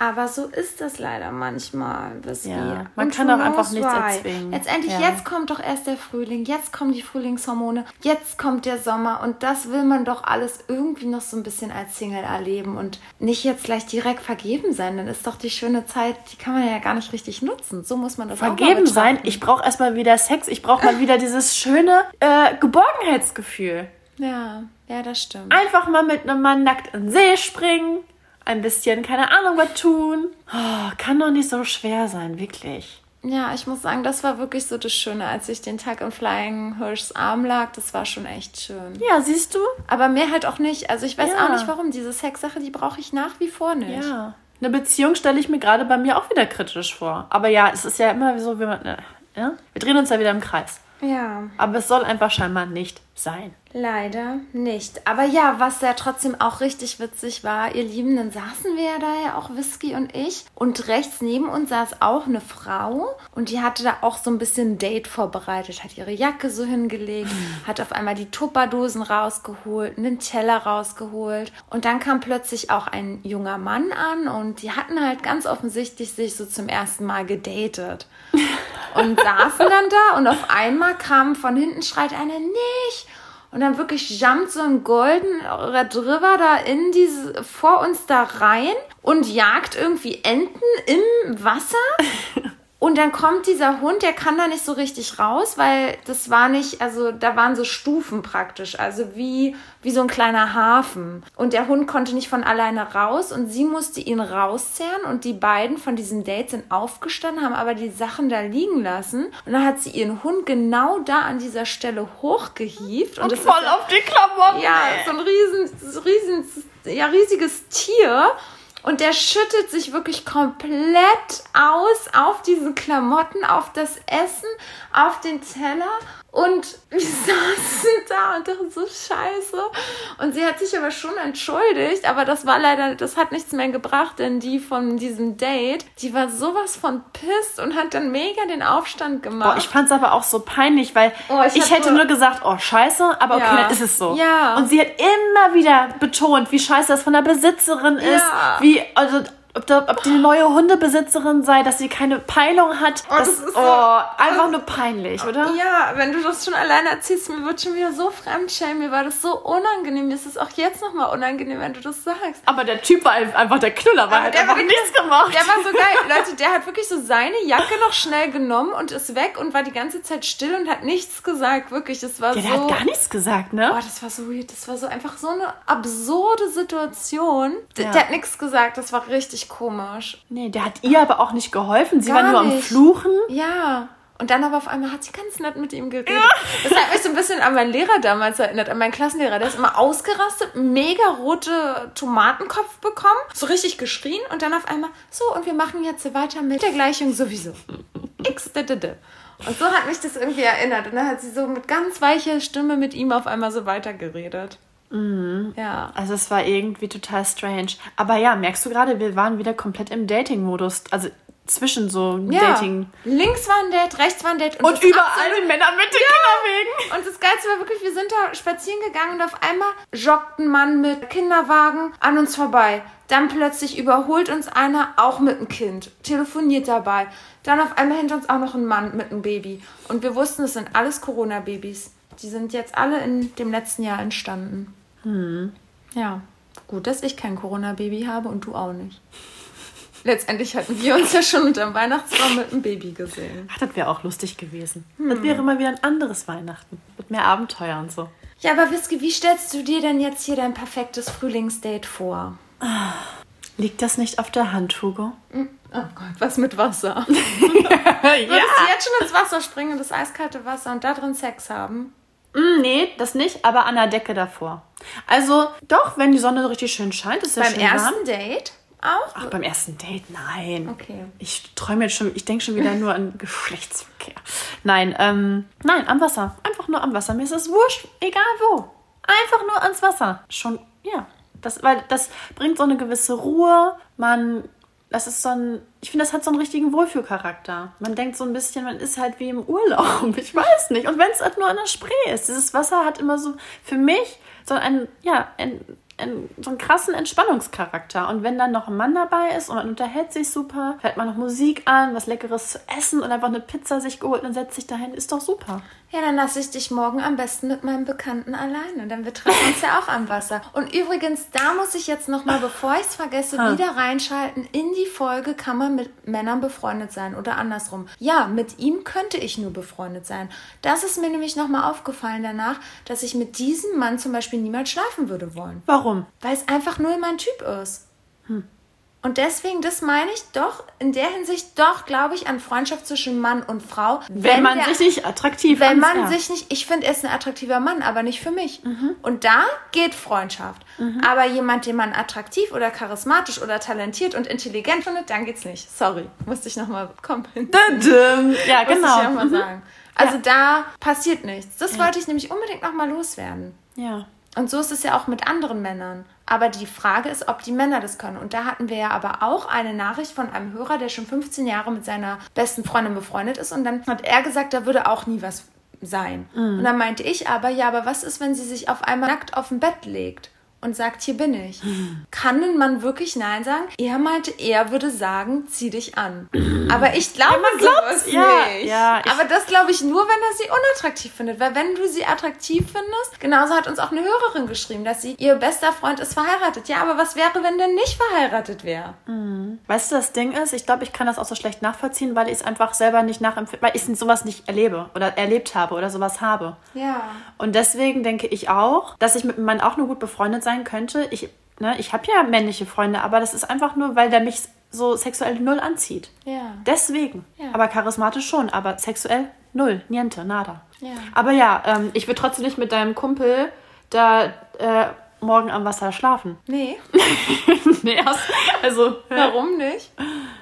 Aber so ist das leider manchmal, Whisky. Ja, man kann auch einfach nichts erzwingen. Letztendlich, jetzt kommt doch erst der Frühling, jetzt kommen die Frühlingshormone, jetzt kommt der Sommer und das will man doch alles irgendwie noch so ein bisschen als Single erleben und nicht jetzt gleich direkt vergeben sein. Dann ist doch die schöne Zeit, die kann man ja gar nicht richtig nutzen. So muss man das vergeben auch mal betrachten. Sein? Ich brauche erstmal wieder Sex, ich brauche mal wieder dieses schöne Geborgenheitsgefühl. Ja, das stimmt. Einfach mal mit einem Mann nackt in den See springen. Ein bisschen, keine Ahnung, was tun. Oh, kann doch nicht so schwer sein, wirklich. Ja, ich muss sagen, das war wirklich so das Schöne, als ich den Tag im Flying Hirschs Arm lag. Das war schon echt schön. Ja, siehst du? Aber mehr halt auch nicht. Also ich weiß auch nicht, warum. Diese Sexsache, die brauche ich nach wie vor nicht. Ja. Eine Beziehung stelle ich mir gerade bei mir auch wieder kritisch vor. Aber ja, es ist ja immer so, wie man... Ja? Wir drehen uns ja wieder im Kreis. Ja. Aber es soll einfach scheinbar nicht sein. Leider nicht. Aber ja, was ja trotzdem auch richtig witzig war, ihr Lieben, dann saßen wir ja da ja auch, Whisky und ich. Und rechts neben uns saß auch eine Frau. Und die hatte da auch so ein bisschen ein Date vorbereitet. Hat ihre Jacke so hingelegt, hat auf einmal die Tupperdosen rausgeholt, einen Teller rausgeholt. Und dann kam plötzlich auch ein junger Mann an. Und die hatten halt ganz offensichtlich sich so zum ersten Mal gedatet. Und saßen dann da und auf einmal kam von hinten, schreit einer, nicht. Und dann wirklich jumpt so ein Golden Retriever da vor uns da rein und jagt irgendwie Enten im Wasser. Und dann kommt dieser Hund, der kann da nicht so richtig raus, weil das war nicht, also da waren so Stufen praktisch, also wie so ein kleiner Hafen. Und der Hund konnte nicht von alleine raus und sie musste ihn rauszehren und die beiden von diesem Date sind aufgestanden, haben aber die Sachen da liegen lassen. Und dann hat sie ihren Hund genau da an dieser Stelle hochgehievt. Und das voll auf die Klamotten. Ja, so ein riesiges Tier. Und der schüttet sich wirklich komplett aus auf diese Klamotten, auf das Essen, auf den Teller. Und wir saßen da und dachten so, scheiße. Und sie hat sich aber schon entschuldigt, aber das hat nichts mehr gebracht, denn die von diesem Date, die war sowas von pisst und hat dann mega den Aufstand gemacht. Boah, ich fand's aber auch so peinlich, weil ich hätte nur gesagt, oh scheiße, aber okay, dann ist es so. Ja. Und sie hat immer wieder betont, wie scheiße das von der Besitzerin ist, ob die eine neue Hundebesitzerin sei, dass sie keine Peilung hat. Das ist einfach nur peinlich, oder? Ja, wenn du das schon alleine erzählst, mir wird schon wieder so fremdschämen. Mir war das so unangenehm. Mir ist es auch jetzt nochmal unangenehm, wenn du das sagst. Aber der Typ war einfach der Knüller, weil er hat einfach nichts gemacht. Der war so geil. Leute, der hat wirklich so seine Jacke noch schnell genommen und ist weg und war die ganze Zeit still und hat nichts gesagt. Wirklich, das war so... Der hat gar nichts gesagt, ne? Oh, das war so weird. Das war so einfach so eine absurde Situation. Der hat nichts gesagt. Das war richtig komisch. Nee, der hat ihr aber auch nicht geholfen. Sie Gar war nur am nicht. Fluchen. Ja. Und dann aber auf einmal hat sie ganz nett mit ihm geredet. Ja. Das hat mich so ein bisschen an meinen Lehrer damals erinnert, an meinen Klassenlehrer. Der ist immer ausgerastet, mega rote Tomatenkopf bekommen, so richtig geschrien und dann auf einmal, so, und wir machen jetzt weiter mit der Gleichung sowieso. X, d, d, d. Und so hat mich das irgendwie erinnert. Und dann hat sie so mit ganz weicher Stimme mit ihm auf einmal so weitergeredet. Mhm. Ja. Also es war irgendwie total strange. Aber ja, merkst du gerade, wir waren wieder komplett im Dating-Modus. Also zwischen so Dating. Links war ein Date, rechts war ein Date. Und überall die Männer mit den Kinderwegen. Und das Geilste war wirklich, wir sind da spazieren gegangen und auf einmal joggt ein Mann mit Kinderwagen an uns vorbei. Dann plötzlich überholt uns einer, auch mit einem Kind, telefoniert dabei. Dann auf einmal hinter uns auch noch ein Mann mit einem Baby. Und wir wussten, es sind alles Corona-Babys. Die sind jetzt alle in dem letzten Jahr entstanden. Ja, gut, dass ich kein Corona-Baby habe und du auch nicht. Letztendlich hatten wir uns ja schon unterm Weihnachtsbaum mit einem Baby gesehen. Ach, das wäre auch lustig gewesen. Das wäre mal wieder ein anderes Weihnachten. Mit mehr Abenteuer und so. Ja, aber Whisky, wie stellst du dir denn jetzt hier dein perfektes Frühlingsdate vor? Liegt das nicht auf der Hand, Hugo? Oh Gott, was mit Wasser? Würdest du jetzt schon ins Wasser springen, das eiskalte Wasser und da drin Sex haben? Nee, das nicht, aber an der Decke davor. Also, doch, wenn die Sonne so richtig schön scheint, ist ja schön warm. Beim ersten Date auch? Ach, beim ersten Date? Nein. Okay. Ich denke schon wieder nur an Geschlechtsverkehr. Nein, am Wasser. Einfach nur am Wasser. Mir ist es wurscht, egal wo. Einfach nur ans Wasser. Schon, ja. Weil das bringt so eine gewisse Ruhe. Ich finde, das hat so einen richtigen Wohlfühlcharakter. Man denkt so ein bisschen, man ist halt wie im Urlaub. Ich weiß nicht. Und wenn es halt nur an der Spree ist. Dieses Wasser hat immer so, für mich, so ein so einen krassen Entspannungscharakter. Und wenn dann noch ein Mann dabei ist und man unterhält sich super, hört man noch Musik an, was Leckeres zu essen und einfach eine Pizza sich geholt und setzt sich dahin, ist doch super. Ja, dann lasse ich dich morgen am besten mit meinem Bekannten alleine. Denn wir treffen uns ja auch am Wasser. Und übrigens, da muss ich jetzt nochmal, bevor ich es vergesse, wieder reinschalten. In die Folge kann man mit Männern befreundet sein oder andersrum. Ja, mit ihm könnte ich nur befreundet sein. Das ist mir nämlich nochmal aufgefallen danach, dass ich mit diesem Mann zum Beispiel niemals schlafen würde wollen. Warum? Weil es einfach null mein Typ ist. Und deswegen, das meine ich doch, in der Hinsicht doch, glaube ich, an Freundschaft zwischen Mann und Frau. Wenn man sich nicht attraktiv ich finde, er ist ein attraktiver Mann, aber nicht für mich. Und da geht Freundschaft. Aber jemand, den man attraktiv oder charismatisch oder talentiert und intelligent findet, dann geht's nicht. Sorry, musste ich nochmal kommen. Ja, genau. Musste ich nochmal sagen. Also da passiert nichts. Das wollte ich nämlich unbedingt nochmal loswerden. Ja. Und so ist es ja auch mit anderen Männern. Aber die Frage ist, ob die Männer das können. Und da hatten wir ja aber auch eine Nachricht von einem Hörer, der schon 15 Jahre mit seiner besten Freundin befreundet ist. Und dann hat er gesagt, da würde auch nie was sein. Und dann meinte ich aber, aber was ist, wenn sie sich auf einmal nackt auf dem Bett legt und sagt, hier bin ich? Kann ein Mann wirklich Nein sagen? Er meinte, er würde sagen, zieh dich an. Aber ich glaube sowas nicht. Ja, aber das glaube ich nur, wenn er sie unattraktiv findet. Weil wenn du sie attraktiv findest, genauso hat uns auch eine Hörerin geschrieben, dass ihr bester Freund ist verheiratet. Ja, aber was wäre, wenn der nicht verheiratet wäre? Weißt du, das Ding ist, ich glaube, ich kann das auch so schlecht nachvollziehen, weil ich es einfach selber nicht nachempfinde, weil ich sowas nicht erlebe oder erlebt habe oder sowas habe. Ja. Und deswegen denke ich auch, dass ich mit einem Mann auch nur gut befreundet sein könnte. Ich habe ja männliche Freunde, aber das ist einfach nur, weil der mich so sexuell null anzieht. Ja. Deswegen. Ja. Aber charismatisch schon, aber sexuell null, niente, nada. Ja. Aber ja, ich würde trotzdem nicht mit deinem Kumpel da morgen am Wasser schlafen. Nee. Nee, also... Warum nicht?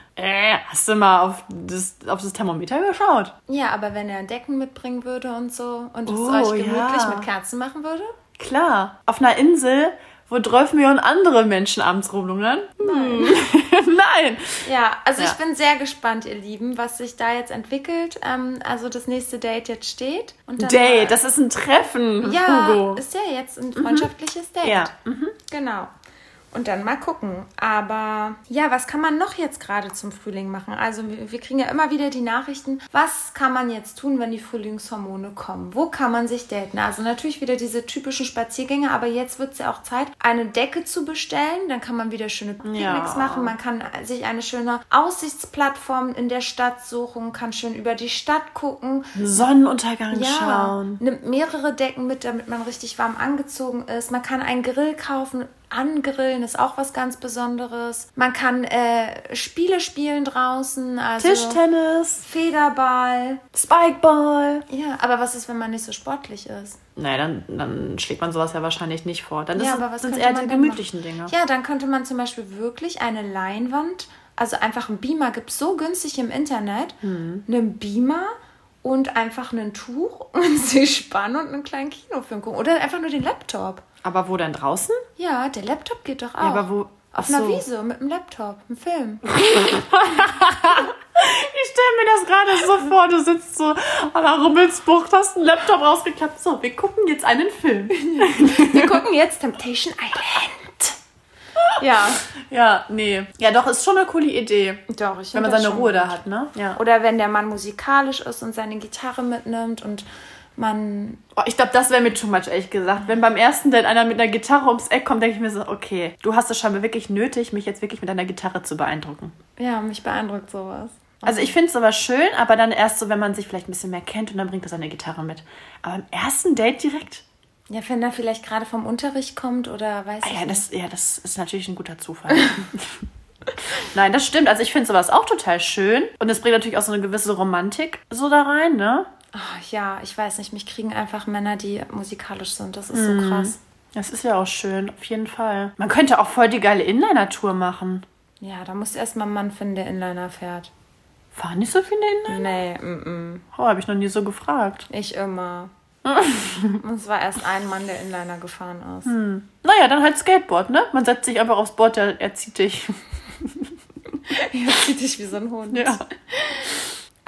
Hast du mal auf das Thermometer geschaut? Ja, aber wenn er ein Decken mitbringen würde und so und es euch gemütlich mit Kerzen machen würde? Klar. Auf einer Insel, wo 12 Millionen andere Menschen abends rumlungern? Nein. Nein. Ja, also ich bin sehr gespannt, ihr Lieben, was sich da jetzt entwickelt. Also das nächste Date jetzt steht. Und dann Date, das ist ein Treffen, ja, Hugo. ist ja jetzt ein freundschaftliches Date. Ja. Genau. Und dann mal gucken. Aber ja, was kann man noch jetzt gerade zum Frühling machen? Also wir kriegen ja immer wieder die Nachrichten, was kann man jetzt tun, wenn die Frühlingshormone kommen? Wo kann man sich daten? Also natürlich wieder diese typischen Spaziergänge, aber jetzt wird es ja auch Zeit, eine Decke zu bestellen. Dann kann man wieder schöne Picknicks machen. Man kann sich eine schöne Aussichtsplattform in der Stadt suchen, kann schön über die Stadt gucken. Sonnenuntergang schauen. Nimmt mehrere Decken mit, damit man richtig warm angezogen ist. Man kann einen Grill kaufen. Angrillen ist auch was ganz Besonderes. Man kann Spiele spielen draußen. Also Tischtennis. Federball. Spikeball. Ja, aber was ist, wenn man nicht so sportlich ist? Naja, dann schlägt man sowas ja wahrscheinlich nicht vor. Dann Ja, aber was sind es könnte eher man die denn gemütlichen Dinge. Ja, dann könnte man zum Beispiel wirklich eine Leinwand, also einfach einen Beamer, gibt es so günstig im Internet, einen Beamer und einfach ein Tuch und sich spannen und einen kleinen Kinofilm gucken. Oder einfach nur den Laptop. Aber wo denn draußen? Ja, der Laptop geht doch auch. Ja, aber wo? Auf einer Wiese mit dem Laptop, einem Film. Ich stelle mir das gerade so vor, du sitzt so an der Rummelsbucht, hast einen Laptop rausgeklappt. So, wir gucken jetzt einen Film. Wir gucken jetzt Temptation Island. Ja. Ja, nee. Ja, doch, ist schon eine coole Idee. Doch, ich wenn man finde das seine schon Ruhe gut. da hat, ne? Ja. Oder wenn der Mann musikalisch ist und seine Gitarre mitnimmt und man... Oh, ich glaube, das wäre mir too much, ehrlich gesagt. Wenn beim ersten Date einer mit einer Gitarre ums Eck kommt, denke ich mir so, okay, du hast es scheinbar wirklich nötig, mich jetzt wirklich mit deiner Gitarre zu beeindrucken. Ja, mich beeindruckt sowas. Also ich finde es aber schön, aber dann erst so, wenn man sich vielleicht ein bisschen mehr kennt und dann bringt er seine Gitarre mit. Aber im ersten Date direkt? Ja, wenn er vielleicht gerade vom Unterricht kommt oder weiß ich nicht. Das ist natürlich ein guter Zufall. Nein, das stimmt. Also ich finde sowas auch total schön. Und es bringt natürlich auch so eine gewisse Romantik so da rein, ne? Ach, ja, ich weiß nicht, mich kriegen einfach Männer, die musikalisch sind. Das ist so krass. Das ist ja auch schön, auf jeden Fall. Man könnte auch voll die geile Inliner-Tour machen. Ja, da musst du erstmal einen Mann finden, der Inliner fährt. Fahren nicht so viele Inliner? Nee, Oh, habe ich noch nie so gefragt. ich immer. Und es war erst ein Mann, der Inliner gefahren ist. Naja, dann halt Skateboard, ne? Man setzt sich einfach aufs Board, er zieht dich. Er zieht dich wie so ein Hund. Ja.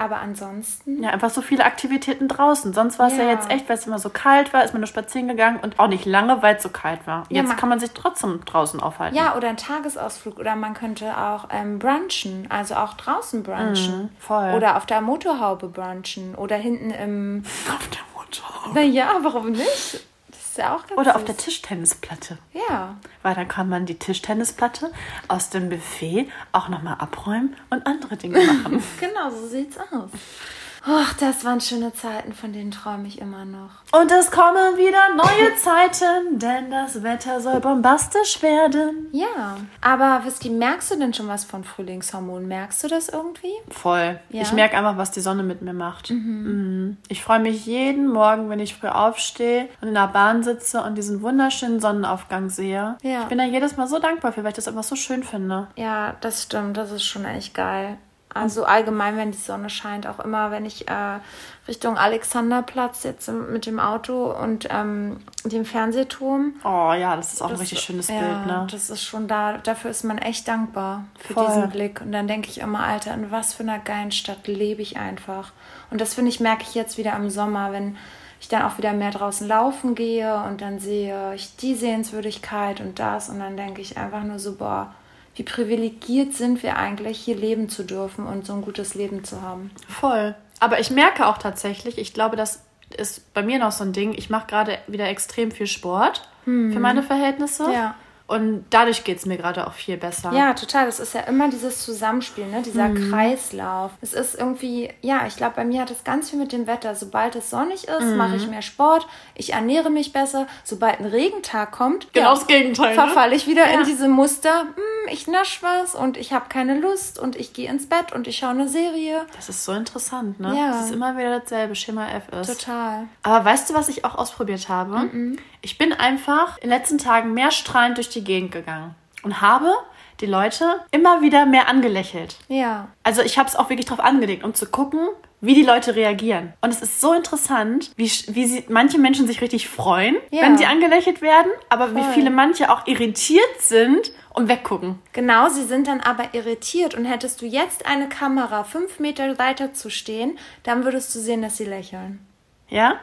Aber ansonsten... Ja, einfach so viele Aktivitäten draußen. Sonst war es ja jetzt echt, weil es immer so kalt war, ist man nur spazieren gegangen und auch nicht lange, weil es so kalt war. Jetzt kann man sich trotzdem draußen aufhalten. Ja, oder ein Tagesausflug. Oder man könnte auch brunchen, also auch draußen brunchen. Voll. Oder auf der Motorhaube brunchen. Oder hinten im... Auf der Motorhaube. Naja, warum nicht? Das ist ja auch ganz Oder auf süß. der Tischtennisplatte. Ja. Weil dann kann man die Tischtennisplatte aus dem Buffet auch nochmal abräumen und andere Dinge machen. Genau, so sieht's aus. Och, das waren schöne Zeiten, von denen träume ich immer noch. Und es kommen wieder neue Zeiten, denn das Wetter soll bombastisch werden. Ja, aber Whisky, merkst du denn schon was von Frühlingshormonen? Merkst du das irgendwie? Voll. Ja? Ich merke einfach, was die Sonne mit mir macht. Mhm. Ich freue mich jeden Morgen, wenn ich früh aufstehe und in der Bahn sitze und diesen wunderschönen Sonnenaufgang sehe. Ja. Ich bin da jedes Mal so dankbar für, weil ich das einfach so schön finde. Ja, das stimmt. Das ist schon echt geil. Also allgemein, wenn die Sonne scheint, auch immer, wenn ich Richtung Alexanderplatz jetzt mit dem Auto und dem Fernsehturm. Oh ja, das ist auch ein richtig schönes Bild, ne? Das ist schon da, dafür ist man echt dankbar für Voll. diesen Blick. Und dann denke ich immer, Alter, in was für einer geilen Stadt lebe ich einfach. Und das, finde ich, merke ich jetzt wieder im Sommer, wenn ich dann auch wieder mehr draußen laufen gehe und dann sehe ich die Sehenswürdigkeit und das. Und dann denke ich einfach nur so, boah, wie privilegiert sind wir eigentlich, hier leben zu dürfen und so ein gutes Leben zu haben. Voll. Aber ich merke auch tatsächlich, ich glaube, das ist bei mir noch so ein Ding, ich mache gerade wieder extrem viel Sport für meine Verhältnisse. Ja. Und dadurch geht es mir gerade auch viel besser. Ja, total. Das ist ja immer dieses Zusammenspiel, ne? Dieser Kreislauf. Es ist irgendwie, ja, ich glaube, bei mir hat es ganz viel mit dem Wetter. Sobald es sonnig ist, mache ich mehr Sport, ich ernähre mich besser. Sobald ein Regentag kommt, Genau das Gegenteil, ne? verfalle ich wieder in diese Muster. Ich nasch was und ich habe keine Lust und ich gehe ins Bett und ich schaue eine Serie. Das ist so interessant, ne? Ja. Das ist immer wieder dasselbe, Schema F ist. Total. Aber weißt du, was ich auch ausprobiert habe? Ich bin einfach in den letzten Tagen mehr strahlend durch die Gegend gegangen und habe die Leute immer wieder mehr angelächelt. Ja. Also ich habe es auch wirklich drauf angelegt, um zu gucken, wie die Leute reagieren. Und es ist so interessant, wie manche Menschen sich richtig freuen, wenn sie angelächelt werden, aber wie viele manche auch irritiert sind und weggucken. Genau, sie sind dann aber irritiert. Und hättest du jetzt eine Kamera 5 Meter weiter zu stehen, dann würdest du sehen, dass sie lächeln. Ja?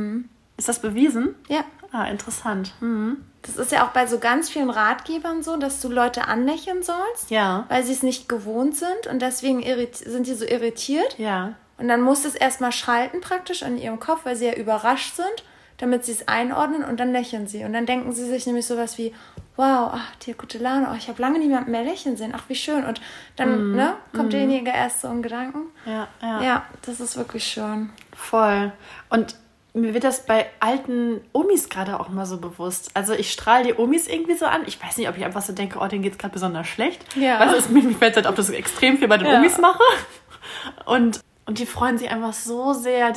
Ist das bewiesen? Ja. Ah, interessant. Das ist ja auch bei so ganz vielen Ratgebern so, dass du Leute anlächeln sollst, Ja. weil sie es nicht gewohnt sind und deswegen sind die so irritiert. Ja. Und dann musst du es erstmal schalten praktisch in ihrem Kopf, weil sie ja überrascht sind, damit sie es einordnen und dann lächeln sie. Und dann denken sie sich nämlich sowas wie, wow, ach, die hat gute Laune, oh, ich habe lange niemanden mehr lächeln sehen, ach, wie schön. Und dann kommt derjenige erst so in Gedanken. Ja. Ja, das ist wirklich schön. Voll. Und mir wird das bei alten Omis gerade auch mal so bewusst. Also ich strahle die Omis irgendwie so an. Ich weiß nicht, ob ich einfach so denke, oh, denen geht es gerade besonders schlecht. Ja. Also es mir fällt halt, ob das extrem viel bei den Omis mache. Und die freuen sich einfach so sehr.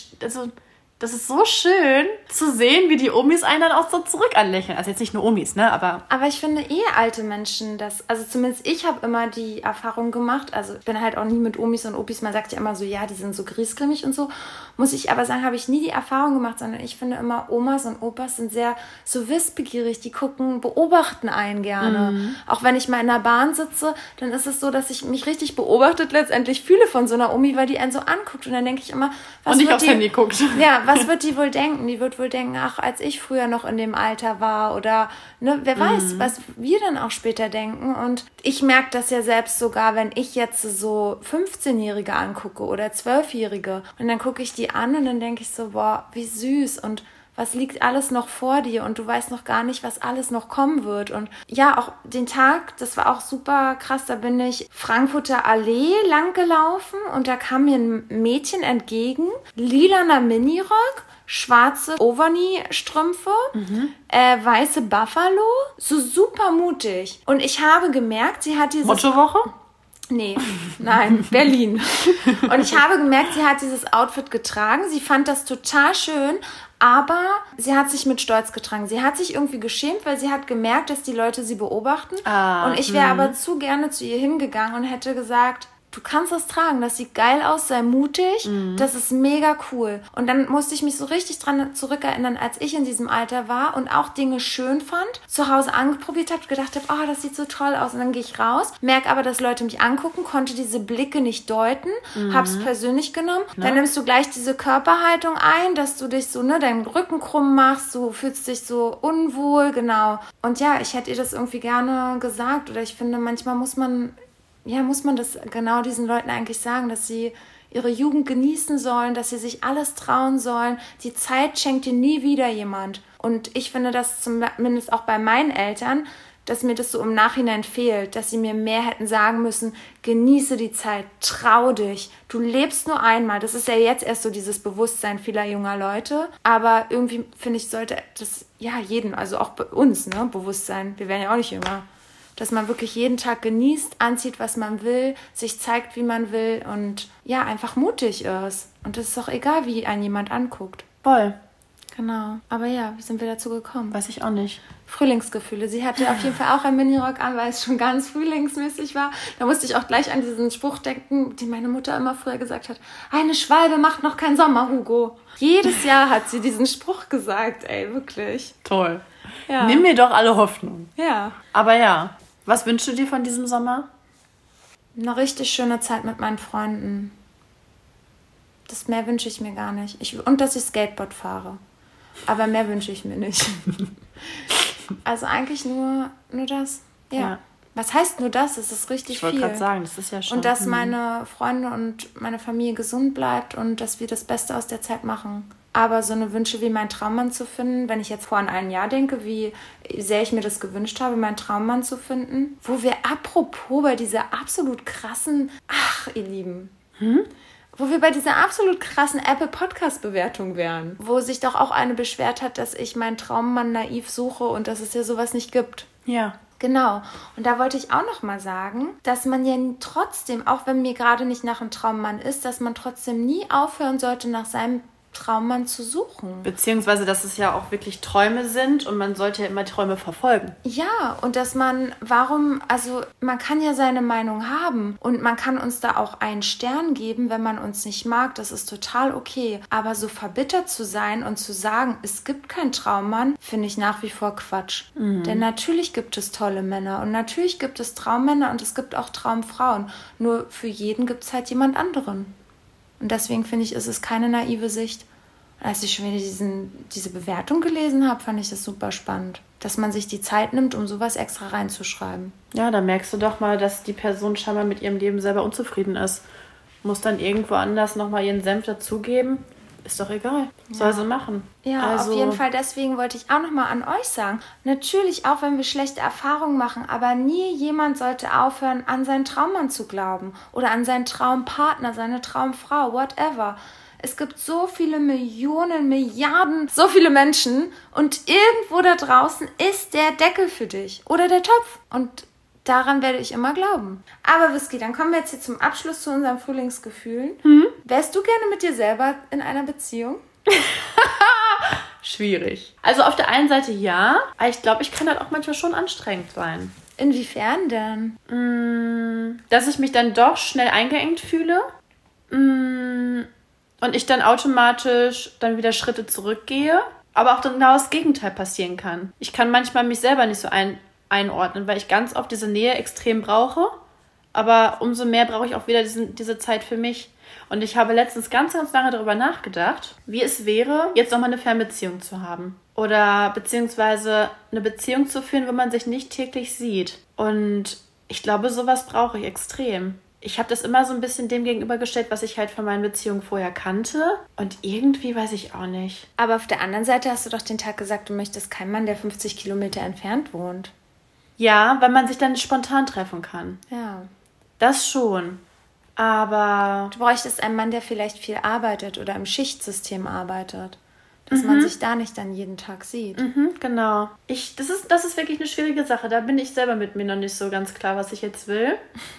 Das ist so schön zu sehen, wie die Omis einen dann auch so zurück anlächeln. Also jetzt nicht nur Omis, ne? Aber ich finde alte Menschen, also zumindest ich habe immer die Erfahrung gemacht, also ich bin halt auch nie mit Omis und Opis, man sagt ja immer so, ja, die sind so griesgrämig und so, muss ich aber sagen, habe ich nie die Erfahrung gemacht, sondern ich finde immer, Omas und Opas sind sehr so wissbegierig, die beobachten einen gerne. Auch wenn ich mal in der Bahn sitze, dann ist es so, dass ich mich richtig beobachtet letztendlich fühle von so einer Omi, weil die einen so anguckt und dann denke ich immer, was und nicht wird aufs Handy guckt. Ja, was wird die wohl denken? Die wird wohl denken, ach, als ich früher noch in dem Alter war oder, ne, wer weiß, was wir dann auch später denken. Und ich merke das ja selbst sogar, wenn ich jetzt so 15-Jährige angucke oder 12-Jährige und dann gucke ich die an und dann denke ich so, boah, wie süß und was liegt alles noch vor dir und du weißt noch gar nicht, was alles noch kommen wird. Und ja, auch den Tag, das war auch super krass, da bin ich Frankfurter Allee lang gelaufen und da kam mir ein Mädchen entgegen, lilaner Minirock, schwarze Overknee-Strümpfe, weiße Buffalo, so super mutig. Und ich habe gemerkt, sie hat dieses... Mottowoche? Nee, nein, Berlin. Und ich habe gemerkt, sie hat dieses Outfit getragen. Sie fand das total schön, aber sie hat sich mit Stolz getragen. Sie hat sich irgendwie geschämt, weil sie hat gemerkt, dass die Leute sie beobachten. Und ich wäre aber zu gerne zu ihr hingegangen und hätte gesagt, du kannst das tragen, das sieht geil aus, sei mutig, das ist mega cool. Und dann musste ich mich so richtig dran zurückerinnern, als ich in diesem Alter war und auch Dinge schön fand, zu Hause angeprobiert habe, gedacht habe, oh, das sieht so toll aus. Und dann gehe ich raus, merke aber, dass Leute mich angucken, konnte diese Blicke nicht deuten, hab's persönlich genommen. Ja. Dann nimmst du gleich diese Körperhaltung ein, dass du dich so, deinen Rücken krumm machst, du fühlst dich so unwohl, genau. Und ja, ich hätte ihr das irgendwie gerne gesagt oder ich finde, manchmal muss man das genau diesen Leuten eigentlich sagen, dass sie ihre Jugend genießen sollen, dass sie sich alles trauen sollen. Die Zeit schenkt dir nie wieder jemand. Und ich finde das zumindest auch bei meinen Eltern, dass mir das so im Nachhinein fehlt, dass sie mir mehr hätten sagen müssen, genieße die Zeit, trau dich, du lebst nur einmal. Das ist ja jetzt erst so dieses Bewusstsein vieler junger Leute. Aber irgendwie, finde ich, sollte das jeden, also auch bei uns, bewusst sein. Wir werden ja auch nicht jünger. Dass man wirklich jeden Tag genießt, anzieht, was man will, sich zeigt, wie man will und einfach mutig ist. Und es ist auch egal, wie einen jemand anguckt. Voll. Genau. Aber wie sind wir dazu gekommen? Weiß ich auch nicht. Frühlingsgefühle. Sie hatte auf jeden Fall auch einen Minirock an, weil es schon ganz frühlingsmäßig war. Da musste ich auch gleich an diesen Spruch denken, den meine Mutter immer früher gesagt hat. Eine Schwalbe macht noch keinen Sommer, Hugo. Jedes Jahr hat sie diesen Spruch gesagt, ey, wirklich. Toll. Ja. Nimm mir doch alle Hoffnung. Ja. Aber was wünschst du dir von diesem Sommer? Eine richtig schöne Zeit mit meinen Freunden. Das mehr wünsche ich mir gar nicht. Und dass ich Skateboard fahre. Aber mehr wünsche ich mir nicht. Also eigentlich nur das. Ja. Was heißt nur das? Es ist richtig viel. Ich wollte gerade sagen, das ist ja schon... Und dass meine Freunde und meine Familie gesund bleibt und dass wir das Beste aus der Zeit machen. Aber so eine Wünsche wie meinen Traummann zu finden, wenn ich jetzt vor ein Jahr denke, wie sehr ich mir das gewünscht habe, meinen Traummann zu finden, wo wir apropos bei dieser absolut krassen, ihr Lieben, wo wir bei dieser absolut krassen Apple-Podcast-Bewertung wären, wo sich doch auch eine beschwert hat, dass ich meinen Traummann naiv suche und dass es ja sowas nicht gibt. Ja. Genau. Und da wollte ich auch noch mal sagen, dass man ja trotzdem, auch wenn mir gerade nicht nach einem Traummann ist, dass man trotzdem nie aufhören sollte, nach seinem Traummann zu suchen. Beziehungsweise, dass es ja auch wirklich Träume sind und man sollte ja immer Träume verfolgen. Ja, und dass man, man kann ja seine Meinung haben und man kann uns da auch einen Stern geben, wenn man uns nicht mag, das ist total okay. Aber so verbittert zu sein und zu sagen, es gibt keinen Traummann, finde ich nach wie vor Quatsch. Denn natürlich gibt es tolle Männer und natürlich gibt es Traummänner und es gibt auch Traumfrauen. Nur für jeden gibt es halt jemand anderen. Und deswegen finde ich, ist es keine naive Sicht. Als ich schon wieder diese Bewertung gelesen habe, fand ich das super spannend. Dass man sich die Zeit nimmt, um sowas extra reinzuschreiben. Ja, da merkst du doch mal, dass die Person scheinbar mit ihrem Leben selber unzufrieden ist. Muss dann irgendwo anders nochmal ihren Senf dazugeben. Ist doch egal. Soll sie machen. Ja, auf jeden Fall. Deswegen wollte ich auch nochmal an euch sagen. Natürlich, auch wenn wir schlechte Erfahrungen machen, aber nie jemand sollte aufhören, an seinen Traummann zu glauben. Oder an seinen Traumpartner, seine Traumfrau, whatever. Es gibt so viele Millionen, Milliarden, so viele Menschen. Und irgendwo da draußen ist der Deckel für dich. Oder der Topf. Und daran werde ich immer glauben. Aber Whisky, dann kommen wir jetzt hier zum Abschluss zu unseren Frühlingsgefühlen. Wärst du gerne mit dir selber in einer Beziehung? Schwierig. Also auf der einen Seite ja, aber ich glaube, ich kann halt auch manchmal schon anstrengend sein. Inwiefern denn? Dass ich mich dann doch schnell eingeengt fühle und ich dann automatisch dann wieder Schritte zurückgehe, aber auch dann genau das Gegenteil passieren kann. Ich kann manchmal mich selber nicht so einordnen, weil ich ganz oft diese Nähe extrem brauche, aber umso mehr brauche ich auch wieder diese Zeit für mich. Und ich habe letztens ganz, ganz lange darüber nachgedacht, wie es wäre, jetzt nochmal eine Fernbeziehung zu haben. Oder beziehungsweise eine Beziehung zu führen, wo man sich nicht täglich sieht. Und ich glaube, sowas brauche ich extrem. Ich habe das immer so ein bisschen dem gegenübergestellt, was ich halt von meinen Beziehungen vorher kannte. Und irgendwie weiß ich auch nicht. Aber auf der anderen Seite hast du doch den Tag gesagt, du möchtest keinen Mann, der 50 Kilometer entfernt wohnt. Ja, weil man sich dann spontan treffen kann. Ja. Das schon. Aber... Du bräuchtest einen Mann, der vielleicht viel arbeitet oder im Schichtsystem arbeitet. Dass man sich da nicht dann jeden Tag sieht. Genau. Das ist wirklich eine schwierige Sache. Da bin ich selber mit mir noch nicht so ganz klar, was ich jetzt will.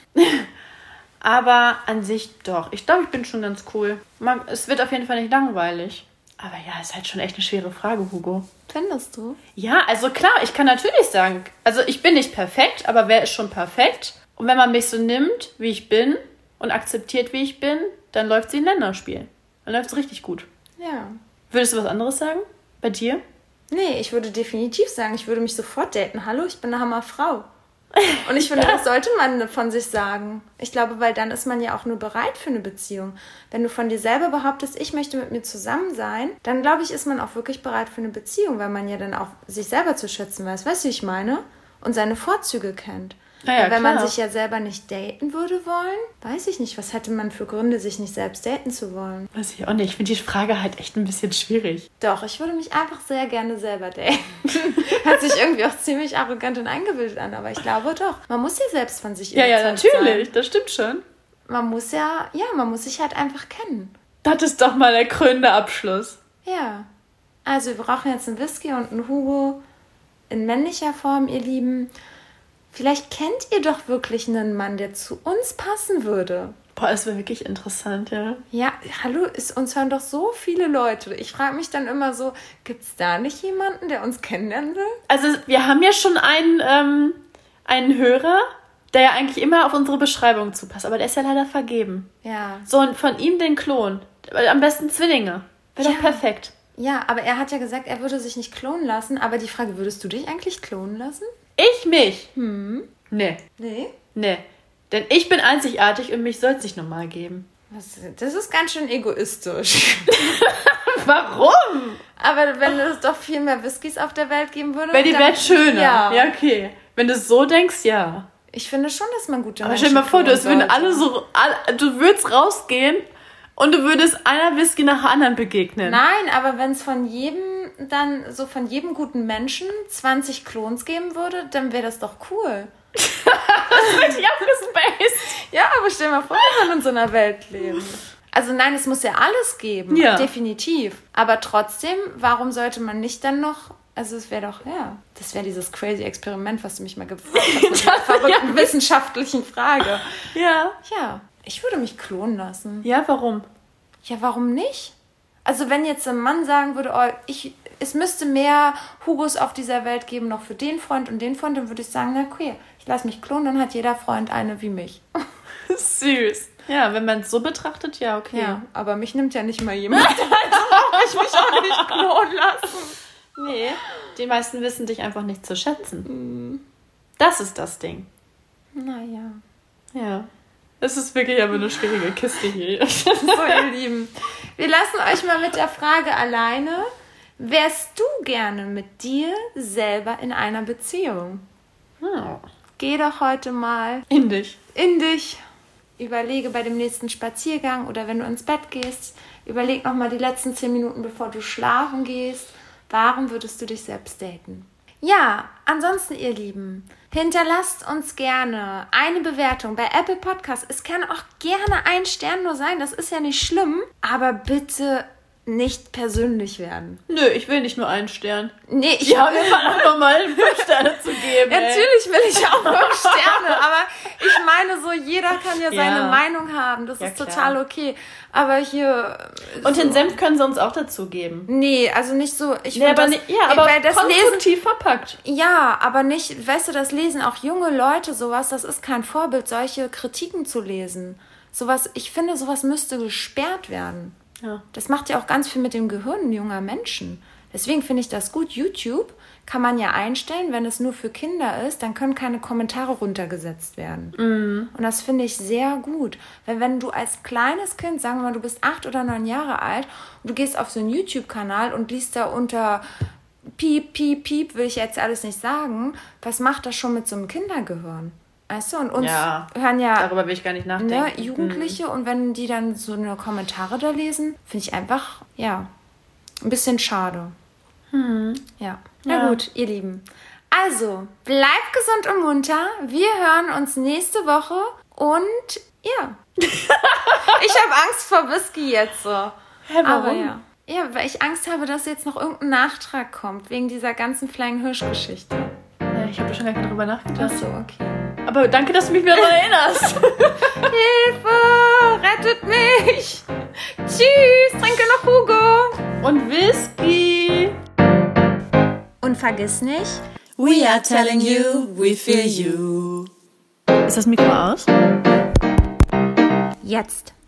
Aber an sich doch. Ich glaube, ich bin schon ganz cool. Es wird auf jeden Fall nicht langweilig. Aber ja, ist halt schon echt eine schwere Frage, Hugo. Findest du? Ja, also klar, ich kann natürlich sagen, also ich bin nicht perfekt, aber wer ist schon perfekt? Und wenn man mich so nimmt, wie ich bin, und akzeptiert, wie ich bin, dann läuft sie in Länderspiel. Dann läuft es richtig gut. Ja. Würdest du was anderes sagen? Bei dir? Nee, ich würde definitiv sagen, ich würde mich sofort daten. Hallo, ich bin eine Hammerfrau. Und ich finde, das sollte man von sich sagen. Ich glaube, weil dann ist man ja auch nur bereit für eine Beziehung. Wenn du von dir selber behauptest, ich möchte mit mir zusammen sein, dann glaube ich, ist man auch wirklich bereit für eine Beziehung, weil man ja dann auch sich selber zu schätzen weiß. Weißt du, wie ich meine? Und seine Vorzüge kennt. Ja, wenn klar. man sich ja selber nicht daten würde wollen, weiß ich nicht, was hätte man für Gründe, sich nicht selbst daten zu wollen. Weiß ich auch nicht. Ich finde die Frage halt echt ein bisschen schwierig. Doch, ich würde mich einfach sehr gerne selber daten. Hört sich irgendwie auch ziemlich arrogant und eingebildet an, aber ich glaube doch. Man muss ja selbst von sich Ja, überzeugt natürlich. sein. Das stimmt schon. Man muss man muss sich halt einfach kennen. Das ist doch mal der krönende Abschluss. Ja. Also wir brauchen jetzt einen Whisky und einen Hugo in männlicher Form, ihr Lieben. Vielleicht kennt ihr doch wirklich einen Mann, der zu uns passen würde. Boah, das wäre wirklich interessant, ja. Ja, hallo, uns hören doch so viele Leute. Ich frage mich dann immer so, gibt es da nicht jemanden, der uns kennenlernen will? Also wir haben ja schon einen Hörer, der ja eigentlich immer auf unsere Beschreibung zupasst. Aber der ist ja leider vergeben. Ja. So, und von ihm den Klon. Am besten Zwillinge. Wäre doch perfekt. Ja, aber er hat ja gesagt, er würde sich nicht klonen lassen. Aber die Frage, würdest du dich eigentlich klonen lassen? Ich mich? Nee. Nee? Denn ich bin einzigartig und mich soll es nicht normal geben. Das ist ganz schön egoistisch. Warum? Aber wenn es doch viel mehr Whiskys auf der Welt geben würde... Weil die Welt schöner. Ja, okay. Wenn du es so denkst, ja. Ich finde schon, dass man gute Aber Menschen stell dir mal vor, klonen sollte. du würdest rausgehen und du würdest einer Whisky nach der anderen begegnen. Nein, aber wenn es von jedem guten Menschen 20 Klons geben würde, dann wäre das doch cool. Das ist richtig abgespaced. Ja, aber stell dir mal vor, wir würden in so einer Welt leben. Also nein, es muss ja alles geben. Ja. Definitiv. Aber trotzdem, warum sollte man nicht dann noch... Also es wäre doch, das wäre dieses crazy Experiment, was du mich mal gefragt hast, mit der verrückten wissenschaftlichen Frage. Ja. Ja, ich würde mich klonen lassen. Ja, warum? Ja, warum nicht? Also wenn jetzt ein Mann sagen würde, es müsste mehr Hugos auf dieser Welt geben, noch für den Freund und den Freund, dann würde ich sagen, na okay, ich lasse mich klonen, dann hat jeder Freund eine wie mich. Süß. Ja, wenn man es so betrachtet, ja, okay. Ja, aber mich nimmt ja nicht mal jemand. Also brauche ich mich auch nicht klonen lassen. Nee, die meisten wissen dich einfach nicht zu schätzen. Das ist das Ding. Naja. Ja. Es ist wirklich aber eine schwierige Kiste hier. So, ihr Lieben. Wir lassen euch mal mit der Frage alleine. Wärst du gerne mit dir selber in einer Beziehung? Geh doch heute mal In dich. in dich. Überlege bei dem nächsten Spaziergang oder wenn du ins Bett gehst, überleg nochmal die letzten 10 Minuten, bevor du schlafen gehst. Warum würdest du dich selbst daten? Ja, ansonsten, ihr Lieben, hinterlasst uns gerne eine Bewertung bei Apple Podcasts. Es kann auch gerne 1 Stern nur sein, das ist ja nicht schlimm. Aber bitte nicht persönlich werden. Nö, ich will nicht nur 1 Stern. Nee, ich Ja, wir fangen nochmal 5 Sterne zu geben. Natürlich will ich auch 5 Sterne, aber ich meine so, jeder kann ja seine Meinung haben. Das ist klar. total okay. Aber hier... Und den Senf können sie uns auch dazu geben. Nee, also nicht so... Aber weil das konstruktiv verpackt. Ja, aber nicht, weißt du, das lesen auch junge Leute sowas, das ist kein Vorbild, solche Kritiken zu lesen. Ich finde, sowas müsste gesperrt werden. Ja. Das macht ja auch ganz viel mit dem Gehirn junger Menschen. Deswegen finde ich das gut. YouTube kann man ja einstellen, wenn es nur für Kinder ist, dann können keine Kommentare runtergesetzt werden. Und das finde ich sehr gut. Weil wenn du als kleines Kind, sagen wir mal, du bist 8 oder 9 Jahre alt und du gehst auf so einen YouTube-Kanal und liest da unter Piep, Piep, Piep, will ich jetzt alles nicht sagen, was macht das schon mit so einem Kindergehirn? Weißt du, und uns hören ja darüber will ich gar nicht nachdenken. Jugendliche und wenn die dann so eine Kommentare da lesen, finde ich einfach, ein bisschen schade. Ja. Na gut, ihr Lieben. Also, bleibt gesund und munter. Wir hören uns nächste Woche und ja. Ich habe Angst vor Whisky jetzt so. Hä, warum? Aber ja, weil ich Angst habe, dass jetzt noch irgendein Nachtrag kommt, wegen dieser ganzen Flying Hirsch-Geschichte. Ja, ich habe da schon gar nicht drüber nachgedacht. Ach so, okay. Aber danke, dass du mich wieder daran erinnerst. Hilfe! Rettet mich! Tschüss! Trinke noch Hugo! Und Whisky. Und vergiss nicht... We are telling you, we feel you. Ist das Mikro aus? jetzt.